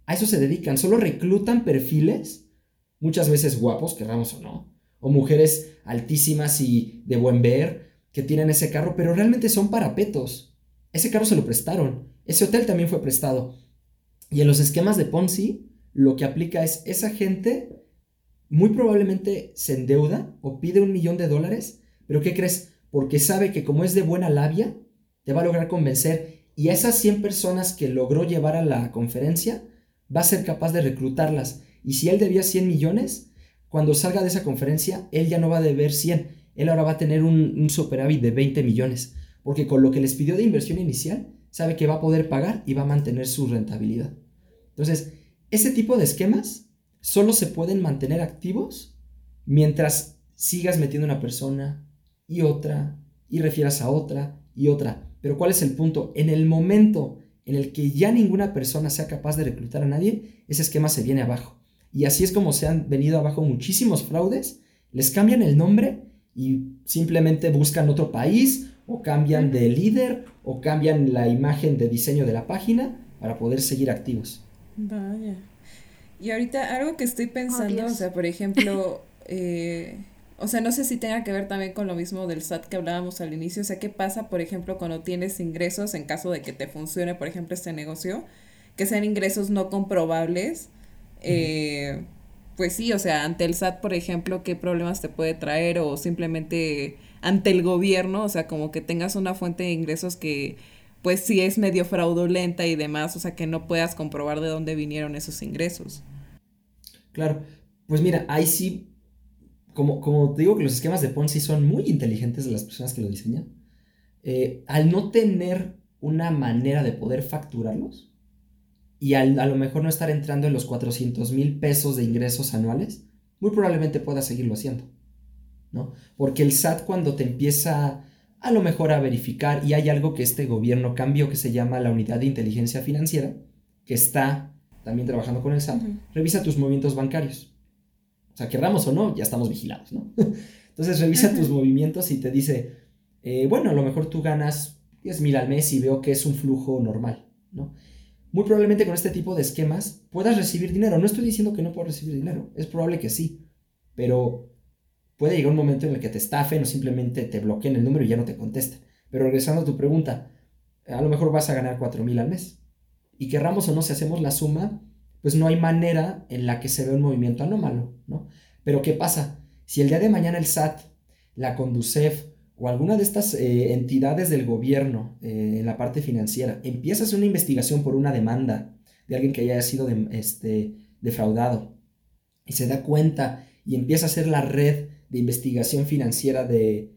Speaker 3: a eso se dedican, solo reclutan perfiles, muchas veces guapos, querramos o no, o mujeres altísimas y de buen ver, que tienen ese carro, pero realmente son parapetos. Ese carro se lo prestaron, ese hotel también fue prestado. Y en los esquemas de Ponzi, lo que aplica es, esa gente muy probablemente se endeuda o pide $1,000,000, pero ¿qué crees? Porque sabe que como es de buena labia, te va a lograr convencer, y esas 100 personas que logró llevar a la conferencia, va a ser capaz de reclutarlas. Y si él debía 100 millones, cuando salga de esa conferencia, él ya no va a deber 100, él ahora va a tener un superávit de 20 millones, porque con lo que les pidió de inversión inicial, sabe que va a poder pagar y va a mantener su rentabilidad. Entonces, ese tipo de esquemas solo se pueden mantener activos mientras sigas metiendo una persona y otra, y refieras a otra y otra. Pero ¿cuál es el punto? En el momento en el que ya ninguna persona sea capaz de reclutar a nadie, ese esquema se viene abajo. Y así es como se han venido abajo muchísimos fraudes, les cambian el nombre y simplemente buscan otro país, o cambian de líder, o cambian la imagen de diseño de la página para poder seguir activos.
Speaker 2: Vaya. Y ahorita algo que estoy pensando, o sea, por ejemplo, o sea, no sé si tenga que ver también con lo mismo del SAT que hablábamos al inicio, o sea, ¿qué pasa, por ejemplo, cuando tienes ingresos en caso de que te funcione, por ejemplo, este negocio, que sean ingresos no comprobables? Pues sí, o sea, ante el SAT, por ejemplo, ¿qué problemas te puede traer? O simplemente ante el gobierno, o sea, como que tengas una fuente de ingresos que pues sí es medio fraudulenta y demás, o sea, que no puedas comprobar de dónde vinieron esos ingresos.
Speaker 3: Claro, pues mira, ahí sí, como te digo que los esquemas de Ponzi son muy inteligentes de las personas que lo diseñan, al no tener una manera de poder facturarlos, y a lo mejor no estar entrando en los 400,000 pesos de ingresos anuales, muy probablemente puedas seguirlo haciendo, ¿no? Porque el SAT, cuando te empieza a lo mejor a verificar, y hay algo que este gobierno cambió que se llama la Unidad de Inteligencia Financiera, que está también trabajando con el SAT, revisa tus movimientos bancarios. O sea, querramos o no, ya estamos vigilados, ¿no? Entonces revisa tus movimientos y te dice, bueno, a lo mejor tú ganas 10,000 al mes y veo que es un flujo normal, ¿no? Muy probablemente con este tipo de esquemas puedas recibir dinero. No estoy diciendo que no puedas recibir dinero, es probable que sí, pero puede llegar un momento en el que te estafen o simplemente te bloqueen el número y ya no te contesten. Pero regresando a tu pregunta, a lo mejor vas a ganar 4,000 al mes. Y querramos o no, si hacemos la suma, pues no hay manera en la que se vea un movimiento anómalo, ¿no? Pero ¿qué pasa? Si el día de mañana el SAT, la Conducef o alguna de estas entidades del gobierno en la parte financiera empieza a hacer una investigación por una demanda de alguien que haya sido defraudado, y se da cuenta y empieza a hacer la red de investigación financiera de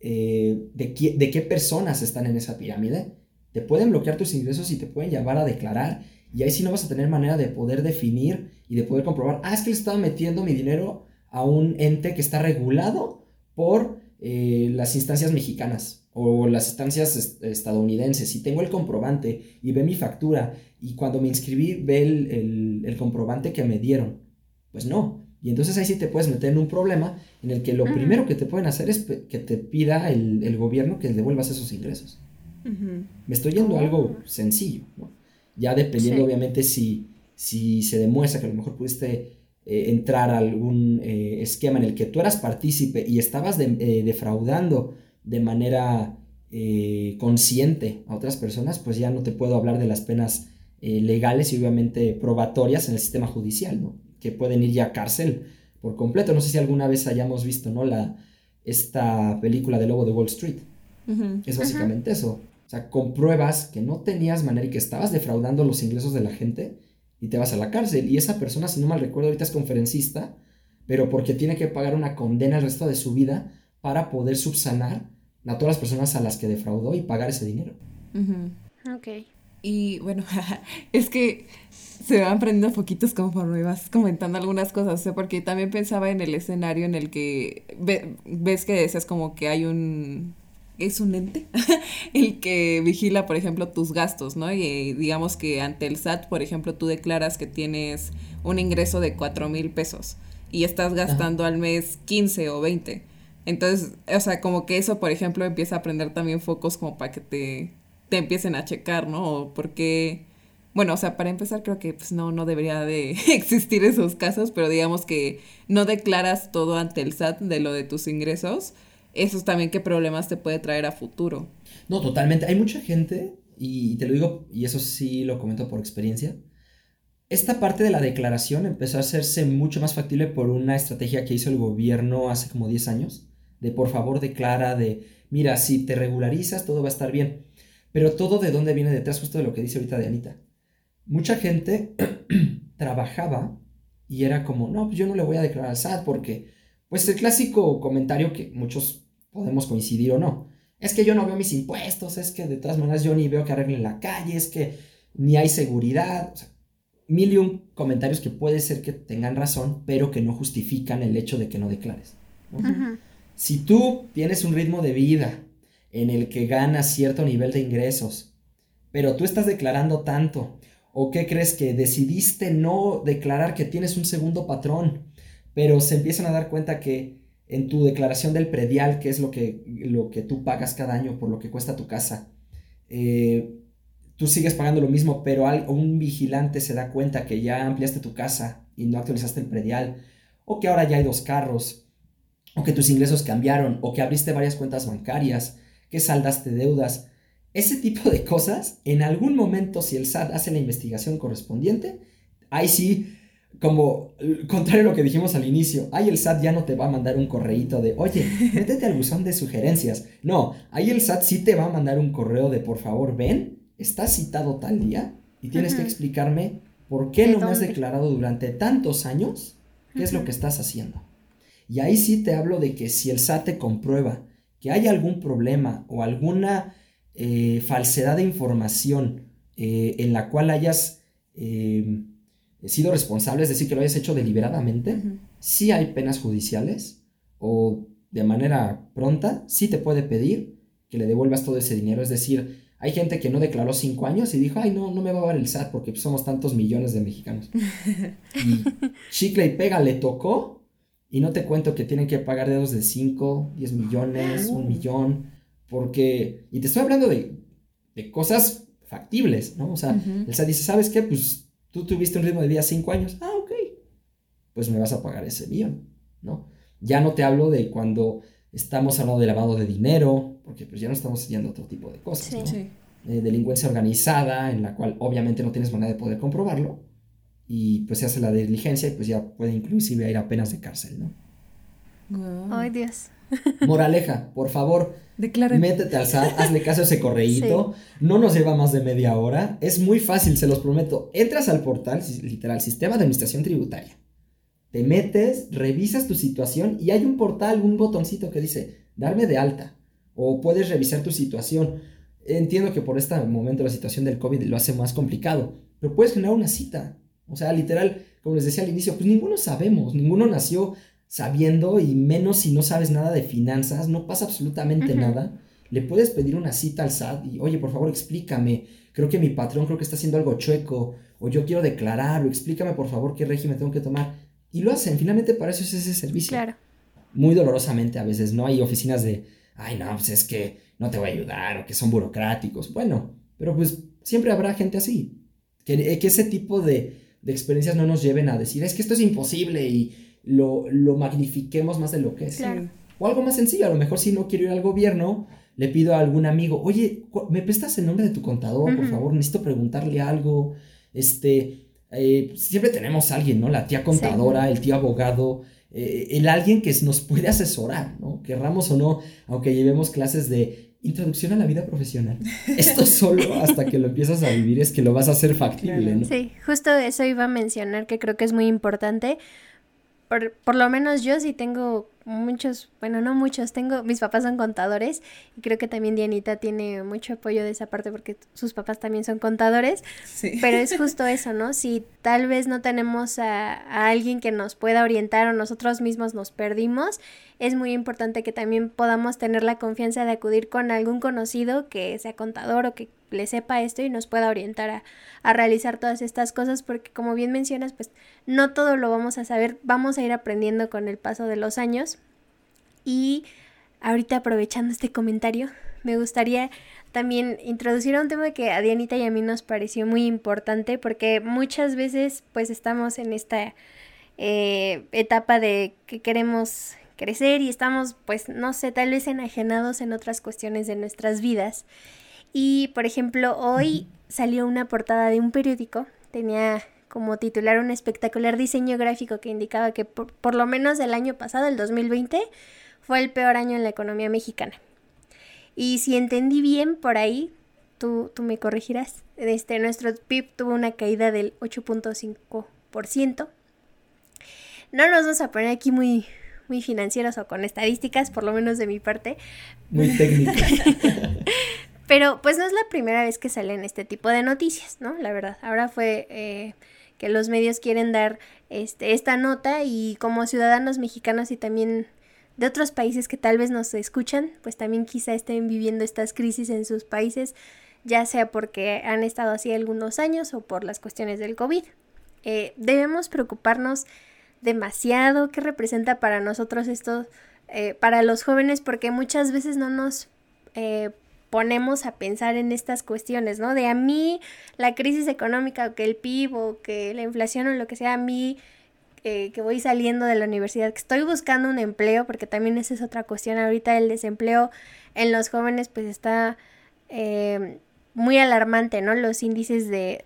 Speaker 3: qué personas están en esa pirámide, te pueden bloquear tus ingresos y te pueden llevar a declarar, y ahí sí no vas a tener manera de poder definir y de poder comprobar, es que le estaba metiendo mi dinero a un ente que está regulado por las instancias mexicanas o las instancias estadounidenses. Si tengo el comprobante y ve mi factura, y cuando me inscribí ve el comprobante que me dieron, pues no. Y entonces ahí sí te puedes meter en un problema en el que lo primero que te pueden hacer es que te pida el gobierno que devuelvas esos ingresos. Me estoy yendo a algo sencillo, ¿no? Ya dependiendo, obviamente, si se demuestra que a lo mejor pudiste entrar a algún esquema en el que tú eras partícipe y estabas defraudando de manera consciente a otras personas, pues ya no te puedo hablar de las penas legales y obviamente probatorias en el sistema judicial, ¿no? Que pueden ir ya a cárcel por completo. No sé si alguna vez hayamos visto, ¿no? Esta película de Lobo de Wall Street. Es básicamente eso. O sea, compruebas que no tenías manera y que estabas defraudando los ingresos de la gente y te vas a la cárcel. Y esa persona, si no mal recuerdo, ahorita es conferencista, pero porque tiene que pagar una condena el resto de su vida para poder subsanar a todas las personas a las que defraudó y pagar ese dinero.
Speaker 1: Ok.
Speaker 2: Y bueno, es que se me van prendiendo foquitos conforme vas comentando algunas cosas, o sea, porque también pensaba en el escenario en el que ves que decías como que hay es un ente el que vigila, por ejemplo, tus gastos, ¿no? Y digamos que ante el SAT, por ejemplo, tú declaras que tienes un ingreso de 4,000 pesos y estás gastando al mes 15 o 20. Entonces, o sea, como que eso, por ejemplo, empieza a prender también focos como para que te empiecen a checar, ¿no? O por qué Bueno, o sea, para empezar creo que pues no debería de existir esos casos, pero digamos que no declaras todo ante el SAT de lo de tus ingresos, eso es también qué problemas te puede traer a futuro.
Speaker 3: No, totalmente. Hay mucha gente, y te lo digo, y eso sí lo comento por experiencia, esta parte de la declaración empezó a hacerse mucho más factible por una estrategia que hizo el gobierno hace como 10 años, de por favor declara, de mira, si te regularizas todo va a estar bien. Pero todo de dónde viene detrás, justo de lo que dice ahorita de Anita. Mucha gente trabajaba y era como, no, pues yo no le voy a declarar al SAT porque, pues el clásico comentario que muchos podemos coincidir o no, es que yo no veo mis impuestos, es que de todas maneras yo ni veo que arreglen la calle, es que ni hay seguridad, o sea, mil y un comentarios que puede ser que tengan razón, pero que no justifican el hecho de que no declares, ¿no?
Speaker 1: Ujú.
Speaker 3: Si tú tienes un ritmo de vida en el que ganas cierto nivel de ingresos, pero tú estás declarando tanto, o qué crees que decidiste no declarar que tienes un segundo patrón, pero se empiezan a dar cuenta que en tu declaración del predial, que es lo que tú pagas cada año por lo que cuesta tu casa, eh, tú sigues pagando lo mismo, pero un vigilante se da cuenta que ya ampliaste tu casa y no actualizaste el predial, o que ahora ya hay 2 carros, o que tus ingresos cambiaron, o que abriste varias cuentas bancarias, que saldaste deudas. Ese tipo de cosas, en algún momento, si el SAT hace la investigación correspondiente, ahí sí, como contrario a lo que dijimos al inicio, ahí el SAT ya no te va a mandar un correíto de, oye, métete al buzón de sugerencias. No, ahí el SAT sí te va a mandar un correo de, por favor, ven, estás citado tal día y tienes que explicarme por qué
Speaker 1: ¿De
Speaker 3: no me has
Speaker 1: dónde?
Speaker 3: declarado durante tantos años qué es lo que estás haciendo. Y ahí sí te hablo de que si el SAT te comprueba que hay algún problema o alguna falsedad de información en la cual hayas sido responsable, es decir, que lo hayas hecho deliberadamente, sí hay penas judiciales o de manera pronta, sí te puede pedir que le devuelvas todo ese dinero. Es decir, hay gente que no declaró 5 años y dijo, ay, no me va a dar el SAT porque somos tantos millones de mexicanos. Y chicle y pega, le tocó. Y no te cuento que tienen que pagar dedos de 5, 10 millones, 1 millón, porque, y te estoy hablando de cosas factibles, ¿no? O sea, el SAT dice, ¿sabes qué? Pues tú tuviste un ritmo de vida 5 años, ok, pues me vas a pagar ese millón, ¿no? Ya no te hablo de cuando estamos hablando de lavado de dinero, porque pues ya no estamos yendo a otro tipo de cosas,
Speaker 1: Sí.
Speaker 3: ¿no?
Speaker 2: Sí.
Speaker 3: Delincuencia organizada, en la cual obviamente no tienes manera de poder comprobarlo, y pues se hace la diligencia y pues ya puede inclusive ir a penas de cárcel, ¿no?
Speaker 2: Wow.
Speaker 1: Ay, Dios.
Speaker 3: Moraleja, por favor,
Speaker 2: Declaren.
Speaker 3: métete al SAT, hazle caso a ese correíto, no nos lleva más de media hora, es muy fácil, se los prometo. Entras al portal, literal, Sistema de Administración Tributaria, te metes, revisas tu situación y hay un portal, un botoncito que dice darme de alta o puedes revisar tu situación. Entiendo que por este momento la situación del COVID lo hace más complicado, pero puedes generar una cita. O sea, literal, como les decía al inicio, pues ninguno sabemos, ninguno nació sabiendo, y menos si no sabes nada de finanzas, no pasa absolutamente nada. Le puedes pedir una cita al SAT y, oye, por favor, explícame, creo que mi patrón creo que está haciendo algo chueco, o yo quiero declarar, o explícame por favor qué régimen tengo que tomar. Y lo hacen, finalmente para eso es ese servicio.
Speaker 1: Claro.
Speaker 3: Muy dolorosamente a veces, ¿no? Hay oficinas de, ay, no, pues es que no te voy a ayudar, o que son burocráticos. Bueno, pero pues siempre habrá gente así. Que ese tipo de experiencias no nos lleven a decir, es que esto es imposible y lo magnifiquemos más de lo que es.
Speaker 1: Claro.
Speaker 3: O algo más sencillo, a lo mejor si no quiero ir al gobierno, le pido a algún amigo, oye, ¿me prestas el nombre de tu contador, por favor? Necesito preguntarle algo. Siempre tenemos a alguien, ¿no? La tía contadora, el tío abogado, el alguien que nos puede asesorar, ¿no? Querramos o no, aunque llevemos clases de introducción a la vida profesional. Esto solo hasta que lo empiezas a vivir es que lo vas a hacer factible,
Speaker 2: Claro.
Speaker 3: ¿no?
Speaker 1: Sí, justo eso iba a mencionar, que creo que es muy importante. Por lo menos yo sí tengo muchos, bueno, no muchos, mis papás son contadores y creo que también Dianita tiene mucho apoyo de esa parte porque sus papás también son contadores,
Speaker 2: Sí.
Speaker 1: pero es justo eso, ¿no? Si tal vez no tenemos a alguien que nos pueda orientar o nosotros mismos nos perdimos, es muy importante que también podamos tener la confianza de acudir con algún conocido que sea contador o que le sepa esto y nos pueda orientar a realizar todas estas cosas, porque como bien mencionas, pues no todo lo vamos a saber, vamos a ir aprendiendo con el paso de los años. Y ahorita aprovechando este comentario, me gustaría también introducir un tema que a Dianita y a mí nos pareció muy importante, porque muchas veces pues estamos en esta etapa de que queremos crecer y estamos pues no sé, tal vez enajenados en otras cuestiones de nuestras vidas. Y por ejemplo hoy salió una portada de un periódico, tenía como titular un espectacular diseño gráfico que indicaba que por lo menos el año pasado, el 2020, fue el peor año en la economía mexicana. Y si entendí bien por ahí, tú me corregirás, nuestro PIB tuvo una caída del 8.5%. No nos vamos a poner aquí muy financieros o con estadísticas, por lo menos de mi parte.
Speaker 3: Muy técnicas.
Speaker 1: Pero pues no es la primera vez que salen este tipo de noticias, ¿no? La verdad, ahora fue que los medios quieren dar esta nota, y como ciudadanos mexicanos y también de otros países que tal vez nos escuchan, pues también quizá estén viviendo estas crisis en sus países, ya sea porque han estado así algunos años o por las cuestiones del COVID. Debemos preocuparnos demasiado qué representa para nosotros esto, para los jóvenes, porque muchas veces no nos ponemos a pensar en estas cuestiones, ¿no? De a mí la crisis económica, o que el PIB, o que la inflación, o lo que sea, a mí que voy saliendo de la universidad, que estoy buscando un empleo, porque también esa es otra cuestión. Ahorita el desempleo en los jóvenes pues está muy alarmante, ¿no? Los índices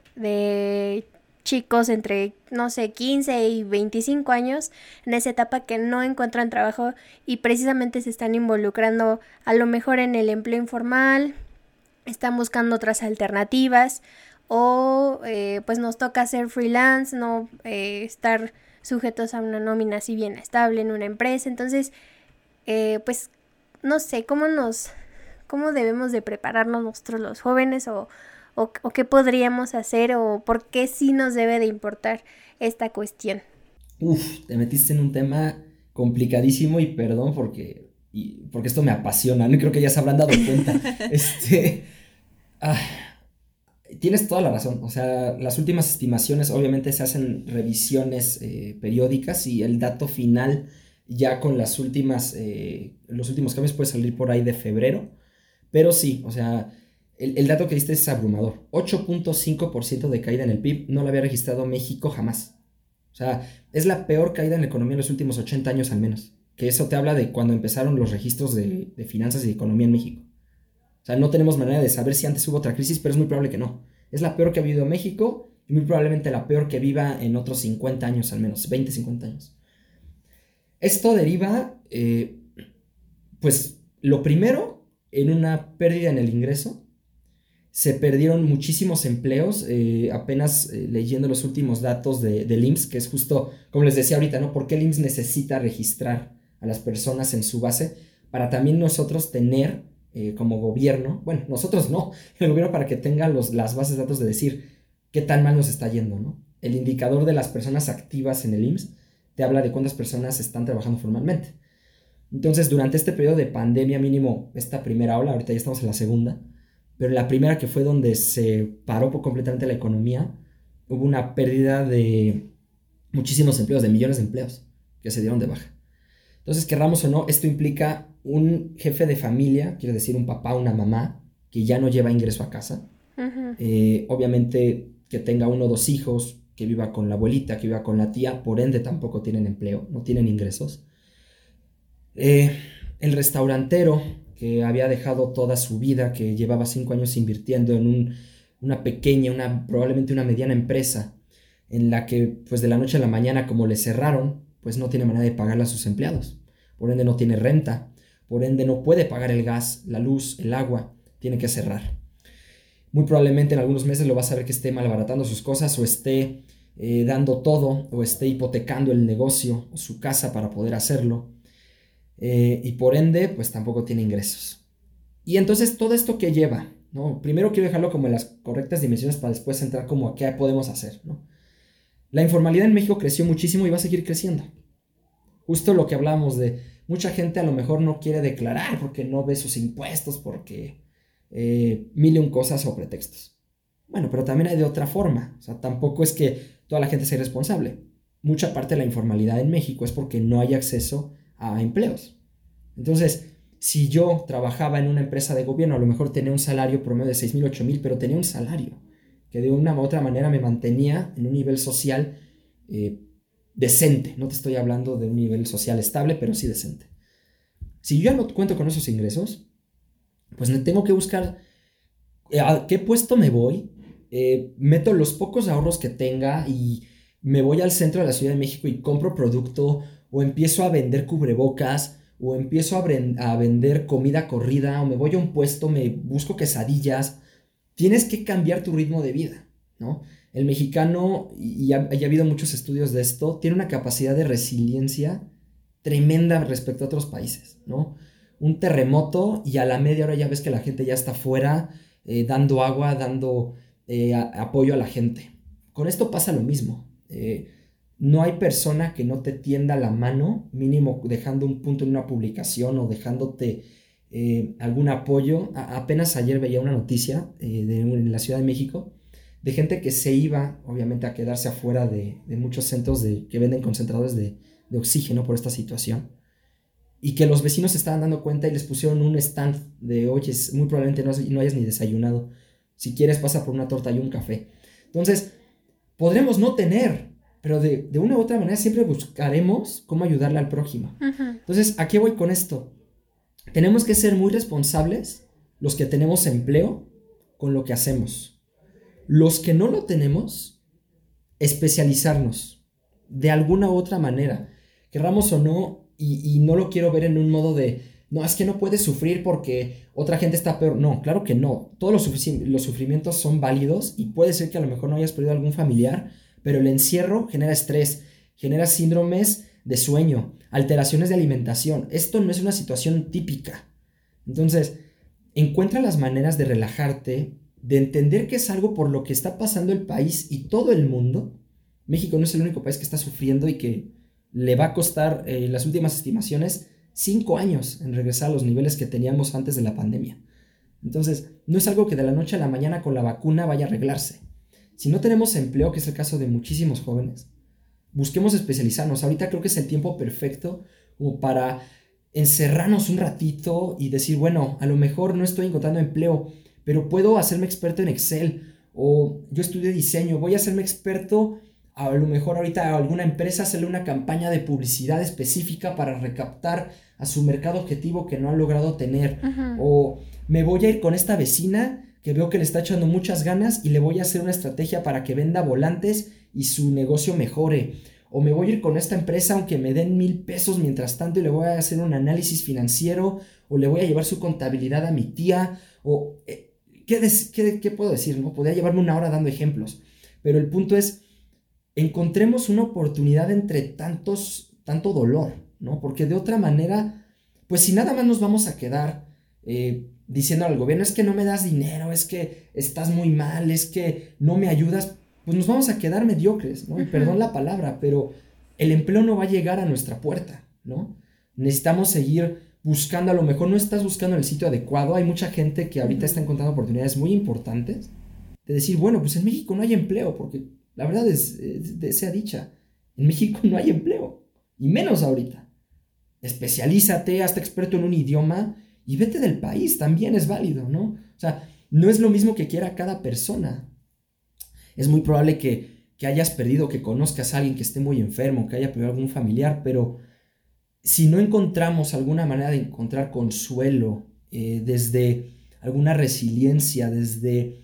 Speaker 1: de chicos entre, no sé, 15 y 25 años en esa etapa que no encuentran trabajo y precisamente se están involucrando a lo mejor en el empleo informal, están buscando otras alternativas, o pues nos toca hacer freelance, no estar sujetos a una nómina así bien estable en una empresa. Entonces pues no sé cómo debemos de prepararnos nosotros los jóvenes, o qué podríamos hacer, o por qué sí nos debe de importar esta cuestión.
Speaker 3: Te metiste en un tema complicadísimo, y perdón porque esto me apasiona, ¿no? Creo que ya se habrán dado cuenta. Tienes toda la razón. O sea, las últimas estimaciones obviamente se hacen revisiones periódicas, y el dato final ya con los últimos cambios puede salir por ahí de febrero. Pero sí, o sea, el dato que diste es abrumador. 8.5% de caída en el PIB, no lo había registrado México jamás. O sea, es la peor caída en la economía en los últimos 80 años al menos. Que eso te habla de cuando empezaron los registros de finanzas y de economía en México. O sea, no tenemos manera de saber si antes hubo otra crisis, pero es muy probable que no. Es la peor que ha vivido México, y muy probablemente la peor que viva en otros 50 años al menos, 20, 50 años. Esto deriva, pues, lo primero, en una pérdida en el ingreso. Se perdieron muchísimos empleos, apenas leyendo los últimos datos del IMSS, que es justo, como les decía ahorita, ¿no? ¿Por qué el IMSS necesita registrar a las personas en su base? Para también nosotros tener, como gobierno, bueno, nosotros no, el gobierno, para que tenga las bases de datos de decir qué tan mal nos está yendo, ¿no? El indicador de las personas activas en el IMSS te habla de cuántas personas están trabajando formalmente. Entonces, durante este periodo de pandemia, mínimo esta primera ola, ahorita ya estamos en la segunda, pero la primera, que fue donde se paró completamente la economía, hubo una pérdida de muchísimos empleos, de millones de empleos que se dieron de baja. Entonces, querramos o no, esto implica un jefe de familia, quiere decir un papá, una mamá, que ya no lleva ingreso a casa. Uh-huh. Obviamente que tenga 1 o 2 hijos, que viva con la abuelita, que viva con la tía, por ende tampoco tienen empleo, no tienen ingresos. El restaurantero, que había dejado toda su vida, que llevaba 5 años invirtiendo en una pequeña, probablemente una mediana empresa, en la que pues de la noche a la mañana, como le cerraron, pues no tiene manera de pagarle a sus empleados, por ende no tiene renta, por ende no puede pagar el gas, la luz, el agua, tiene que cerrar. Muy probablemente en algunos meses lo vas a ver que esté malbaratando sus cosas, o esté dando todo, o esté hipotecando el negocio o su casa para poder hacerlo. Y por ende pues tampoco tiene ingresos. Y entonces todo esto que lleva, ¿no? Primero quiero dejarlo como en las correctas dimensiones para después entrar como a qué podemos hacer, ¿no? La informalidad en México creció muchísimo y va a seguir creciendo. Justo lo que hablábamos de mucha gente a lo mejor no quiere declarar porque no ve sus impuestos, porque mil y un cosas o pretextos. Bueno, pero también hay de otra forma. O sea, tampoco es que toda la gente sea irresponsable. Mucha parte de la informalidad en México es porque no hay acceso a empleos. Entonces, Si yo trabajaba en una empresa de gobierno, a lo mejor tenía un salario promedio de 6,000, 8,000, pero tenía un salario que de una u otra manera me mantenía en un nivel social decente. No te estoy hablando de un nivel social estable, pero sí decente. Si yo ya no cuento con esos ingresos, pues tengo que buscar a qué puesto me voy, meto los pocos ahorros que tenga y me voy al centro de la Ciudad de México y compro producto, o empiezo a vender cubrebocas, o empiezo a vender comida corrida, o me voy a un puesto, me busco quesadillas. Tienes que cambiar tu ritmo de vida, ¿no? El mexicano, y ha habido muchos estudios de esto, tiene una capacidad de resiliencia tremenda respecto a otros países, ¿no? Un terremoto y a la media hora ya ves que la gente ya está fuera, dando agua, dando apoyo a la gente. Con esto pasa lo mismo. No hay persona que no te tienda la mano, mínimo dejando un punto en una publicación o dejándote algún apoyo. Apenas ayer veía una noticia en la Ciudad de México de gente que se iba, obviamente, a quedarse afuera de muchos centros que venden concentradores de oxígeno por esta situación, y que los vecinos se estaban dando cuenta y les pusieron un stand de, oye, muy probablemente no hayas ni desayunado, si quieres pasa por una torta y un café. Entonces, podremos no tener, pero de una u otra manera siempre buscaremos cómo ayudarle al prójimo. Entonces, ¿a qué voy con esto? Tenemos que ser muy responsables, los que tenemos empleo, con lo que hacemos. Los que no lo tenemos, especializarnos de alguna u otra manera, querramos o no, y no lo quiero ver en un modo de, no, es que no puedes sufrir porque otra gente está peor. No, claro que no. Todos los sufrimientos son válidos, y puede ser que a lo mejor no hayas perdido algún familiar, pero el encierro genera estrés, genera síndromes de sueño, alteraciones de alimentación. Esto no es una situación típica. Entonces, encuentra las maneras de relajarte, de entender que es algo por lo que está pasando el país y todo el mundo. México no es el único país que está sufriendo y que le va a costar, las últimas estimaciones, 5 años en regresar a los niveles que teníamos antes de la pandemia. Entonces, no es algo que de la noche a la mañana con la vacuna vaya a arreglarse. Si no tenemos empleo, que es el caso de muchísimos jóvenes, busquemos especializarnos. Ahorita creo que es el tiempo perfecto como para encerrarnos un ratito y decir, bueno, a lo mejor no estoy encontrando empleo, pero puedo hacerme experto en Excel, o yo estudié diseño, voy a hacerme experto, a lo mejor ahorita a alguna empresa hacerle una campaña de publicidad específica para recaptar a su mercado objetivo que no han logrado tener. O me voy a ir con esta vecina que veo que le está echando muchas ganas y le voy a hacer una estrategia para que venda volantes y su negocio mejore. O me voy a ir con esta empresa aunque me den 1,000 pesos mientras tanto y le voy a hacer un análisis financiero, o le voy a llevar su contabilidad a mi tía, o ¿qué puedo decir? ¿No? Podría llevarme una hora dando ejemplos, pero el punto es, encontremos una oportunidad entre tanto dolor, ¿no? Porque de otra manera, pues si nada más nos vamos a quedar diciendo al gobierno, es que no me das dinero, es que estás muy mal, es que no me ayudas, pues nos vamos a quedar mediocres, ¿no? Y perdón la palabra, pero el empleo no va a llegar a nuestra puerta, ¿no? Necesitamos seguir buscando. A lo mejor no estás buscando en el sitio adecuado. Hay mucha gente que ahorita está encontrando oportunidades muy importantes de decir, bueno, pues en México no hay empleo, porque la verdad sea dicha, en México no hay empleo, y menos ahorita. Especialízate, hazte experto en un idioma y vete del país, también es válido, ¿no? O sea, no es lo mismo que quiera cada persona. Es muy probable que hayas perdido, que conozcas a alguien que esté muy enfermo, que haya perdido algún familiar, pero si no encontramos alguna manera de encontrar consuelo, desde alguna resiliencia, desde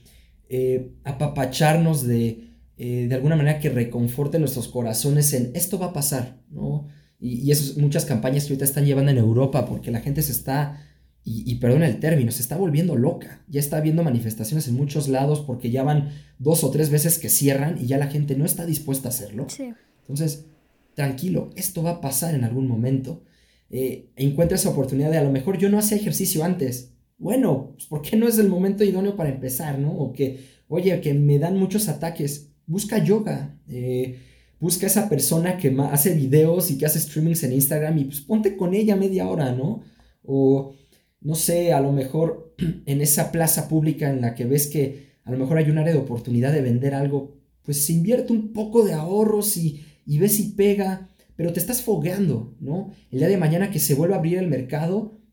Speaker 3: apapacharnos de alguna manera que reconforte nuestros corazones en esto va a pasar, ¿no? Y eso, muchas campañas que ahorita están llevando en Europa, porque la gente se está, y perdona el término, se está volviendo loca. Ya está habiendo manifestaciones en muchos lados porque ya van 2 o 3 veces que cierran y ya la gente no está dispuesta a hacerlo.
Speaker 1: Sí.
Speaker 3: Entonces, tranquilo, esto va a pasar en algún momento. Encuentra esa oportunidad de, a lo mejor yo no hacía ejercicio antes. Bueno, pues ¿por qué no es el momento idóneo para empezar, no? O que, oye, que me dan muchos ataques. Busca yoga, busca esa persona que hace videos y que hace streamings en Instagram y pues ponte con ella media hora, ¿no? O no sé, a lo mejor en esa plaza pública en la que ves que a lo mejor hay un área de oportunidad de vender algo, pues invierte un poco de ahorros y ves si pega, pero te estás fogueando, ¿no? El día de mañana que se vuelva a abrir el mercado,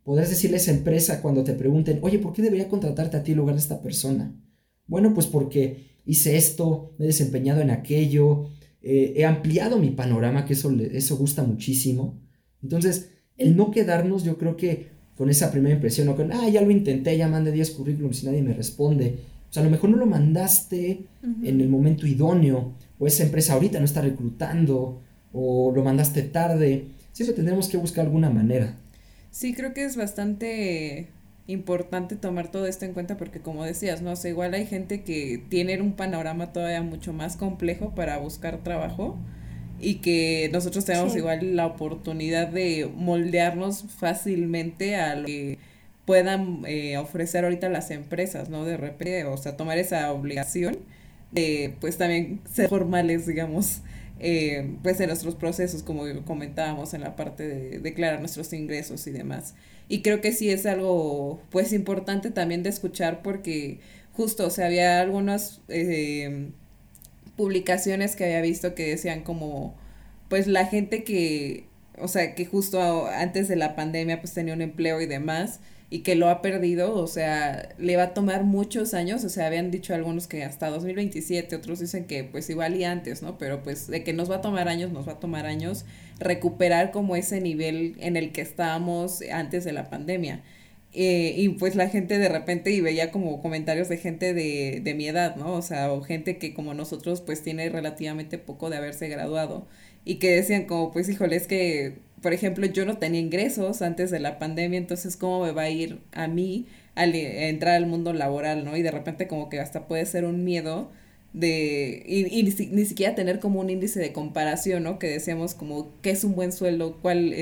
Speaker 3: Podrás decirle a esa empresa cuando te pregunten, oye, ¿por qué debería contratarte a ti en lugar de esta persona? Bueno, pues porque hice esto, me he desempeñado en aquello, he ampliado mi panorama, que eso gusta muchísimo. Entonces, el no quedarnos, yo creo que con esa primera impresión, o con, ya lo intenté, ya mandé 10 currículums y nadie me responde. O sea, a lo mejor no lo mandaste en el momento idóneo, o esa empresa ahorita no está reclutando, o lo mandaste tarde. Siempre tendremos que buscar alguna manera.
Speaker 2: Sí, creo que es bastante importante tomar todo esto en cuenta porque como decías, ¿no? O sea, igual hay gente que tiene un panorama todavía mucho más complejo para buscar trabajo y que nosotros tenemos igual la oportunidad de moldearnos fácilmente a lo que puedan ofrecer ahorita las empresas, ¿no? De repente, o sea, tomar esa obligación de pues también ser formales, digamos, pues en nuestros procesos, como comentábamos en la parte de declarar nuestros ingresos y demás. Y creo que sí es algo pues importante también de escuchar porque justo, o sea, había algunas publicaciones que había visto que decían como pues la gente que, o sea, que justo antes de la pandemia pues tenía un empleo y demás y que lo ha perdido, o sea, le va a tomar muchos años, o sea, habían dicho algunos que hasta 2027, otros dicen que pues igual y antes, ¿no? Pero pues de que nos va a tomar años recuperar como ese nivel en el que estábamos antes de la pandemia. Y pues la gente de repente y veía como comentarios de gente de mi edad, ¿no? O sea, o gente que como nosotros pues tiene relativamente poco de haberse graduado y que decían como pues híjole, es que por ejemplo yo no tenía ingresos antes de la pandemia, entonces cómo me va a ir a mí al entrar al mundo laboral, ¿no? Y de repente como que hasta puede ser un miedo y ni siquiera tener como un índice de comparación, ¿no? Que decíamos como qué es un buen sueldo,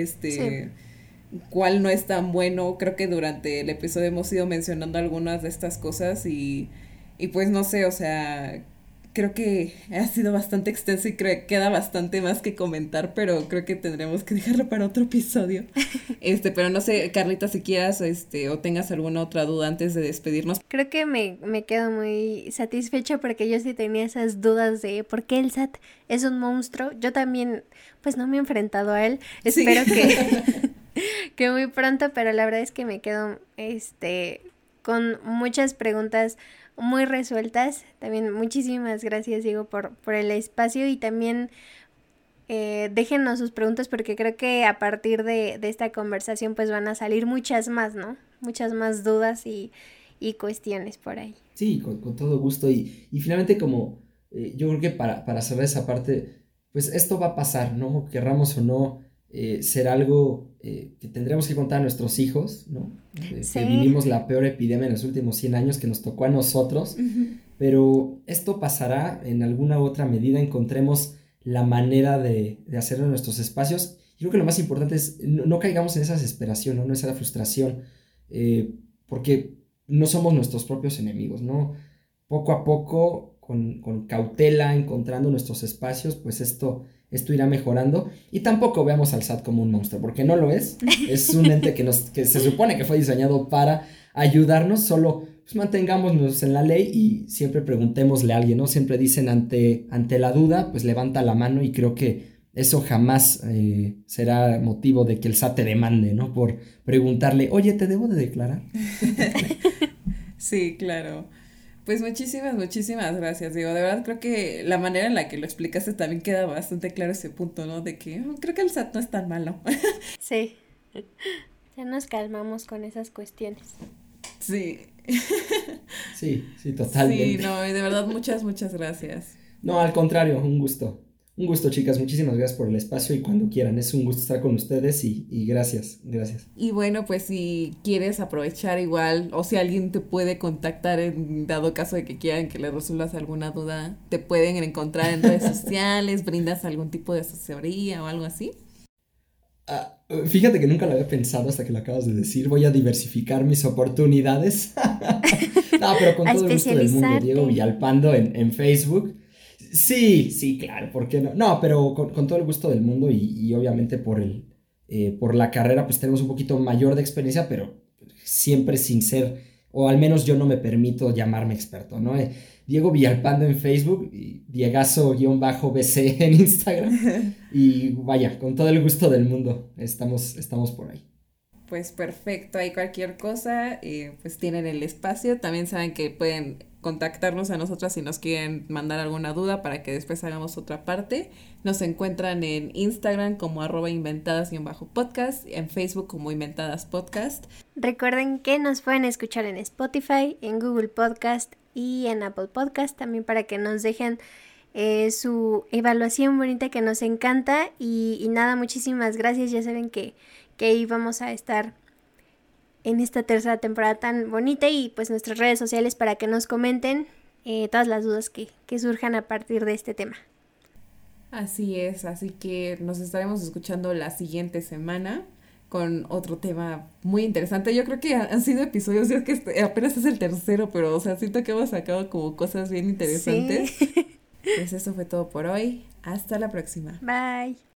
Speaker 2: cuál no es tan bueno. Creo que durante el episodio hemos ido mencionando algunas de estas cosas y pues no sé, o sea, creo que ha sido bastante extenso y creo que queda bastante más que comentar, pero creo que tendremos que dejarlo para otro episodio. Pero no sé, Carlita, si quieras, o tengas alguna otra duda antes de despedirnos.
Speaker 1: Creo que me quedo muy satisfecha porque yo sí tenía esas dudas de por qué el SAT es un monstruo. Yo también, pues no me he enfrentado a él. Espero que muy pronto, pero la verdad es que me quedo, con muchas preguntas muy resueltas. También muchísimas gracias, Diego, por el espacio y también déjenos sus preguntas porque creo que a partir de esta conversación pues van a salir muchas más, ¿no? Muchas más dudas y cuestiones por ahí.
Speaker 3: Sí, con todo gusto y finalmente como yo creo que para cerrar esa parte, pues esto va a pasar, ¿no? Querramos o no, será algo que tendremos que contar a nuestros hijos, ¿no?
Speaker 1: Sí.
Speaker 3: Que vivimos la peor epidemia en los últimos 100 años que nos tocó a nosotros, pero esto pasará en alguna u otra medida, encontremos la manera de hacerlo en nuestros espacios. Yo creo que lo más importante es no caigamos en esa desesperación, ¿no? En esa frustración, porque no somos nuestros propios enemigos, ¿no? Poco a poco, con cautela, encontrando nuestros espacios, pues esto irá mejorando. Y tampoco veamos al SAT como un monstruo, porque no lo es. Es un ente que se supone que fue diseñado para ayudarnos, solo pues mantengámonos en la ley y siempre preguntémosle a alguien, ¿no? Siempre dicen ante la duda, pues levanta la mano y creo que eso jamás será motivo de que el SAT te demande, ¿no? Por preguntarle, oye, ¿te debo de declarar?
Speaker 2: Sí, claro. Pues muchísimas gracias, Diego. De verdad creo que la manera en la que lo explicaste también queda bastante claro ese punto, ¿no? De que creo que el SAT no es tan malo.
Speaker 1: Sí. Ya nos calmamos con esas cuestiones.
Speaker 2: Sí.
Speaker 3: Sí, totalmente.
Speaker 2: Sí, no, y de verdad muchas gracias.
Speaker 3: No, al contrario, un gusto. Un gusto, chicas, muchísimas gracias por el espacio y cuando quieran, es un gusto estar con ustedes y gracias.
Speaker 2: Y bueno, pues si quieres aprovechar igual, o si alguien te puede contactar en dado caso de que quieran que le resuelvas alguna duda, te pueden encontrar en redes sociales, brindas algún tipo de asesoría o algo así.
Speaker 3: Fíjate que nunca lo había pensado hasta que lo acabas de decir, voy a diversificar mis oportunidades. No, pero con todo el gusto del mundo, Diego Villalpando en Facebook. Sí, claro, ¿por qué no? No, pero con todo el gusto del mundo y obviamente por la carrera pues tenemos un poquito mayor de experiencia, pero siempre sin ser, o al menos yo no me permito llamarme experto, ¿no? Diego Villalpando en Facebook, y Diegazo-BC en Instagram y vaya, con todo el gusto del mundo, estamos por ahí.
Speaker 2: Pues perfecto, hay cualquier cosa, pues tienen el espacio. También saben que pueden contactarnos a nosotras si nos quieren mandar alguna duda para que después hagamos otra parte. Nos encuentran en Instagram como @inventadas_podcast, en Facebook como Inventadas Podcast.
Speaker 1: Recuerden que nos pueden escuchar en Spotify, en Google Podcast y en Apple Podcast, también para que nos dejen su evaluación bonita que nos encanta. Y nada, muchísimas gracias. Ya saben que ahí vamos a estar en esta tercera temporada tan bonita, y pues nuestras redes sociales para que nos comenten todas las dudas que surjan a partir de este tema.
Speaker 2: Así es, así que nos estaremos escuchando la siguiente semana con otro tema muy interesante. Yo creo que han sido episodios, es que apenas es el tercero, pero o sea, siento que hemos sacado como cosas bien interesantes. Sí. Pues eso fue todo por hoy. Hasta la próxima.
Speaker 1: Bye.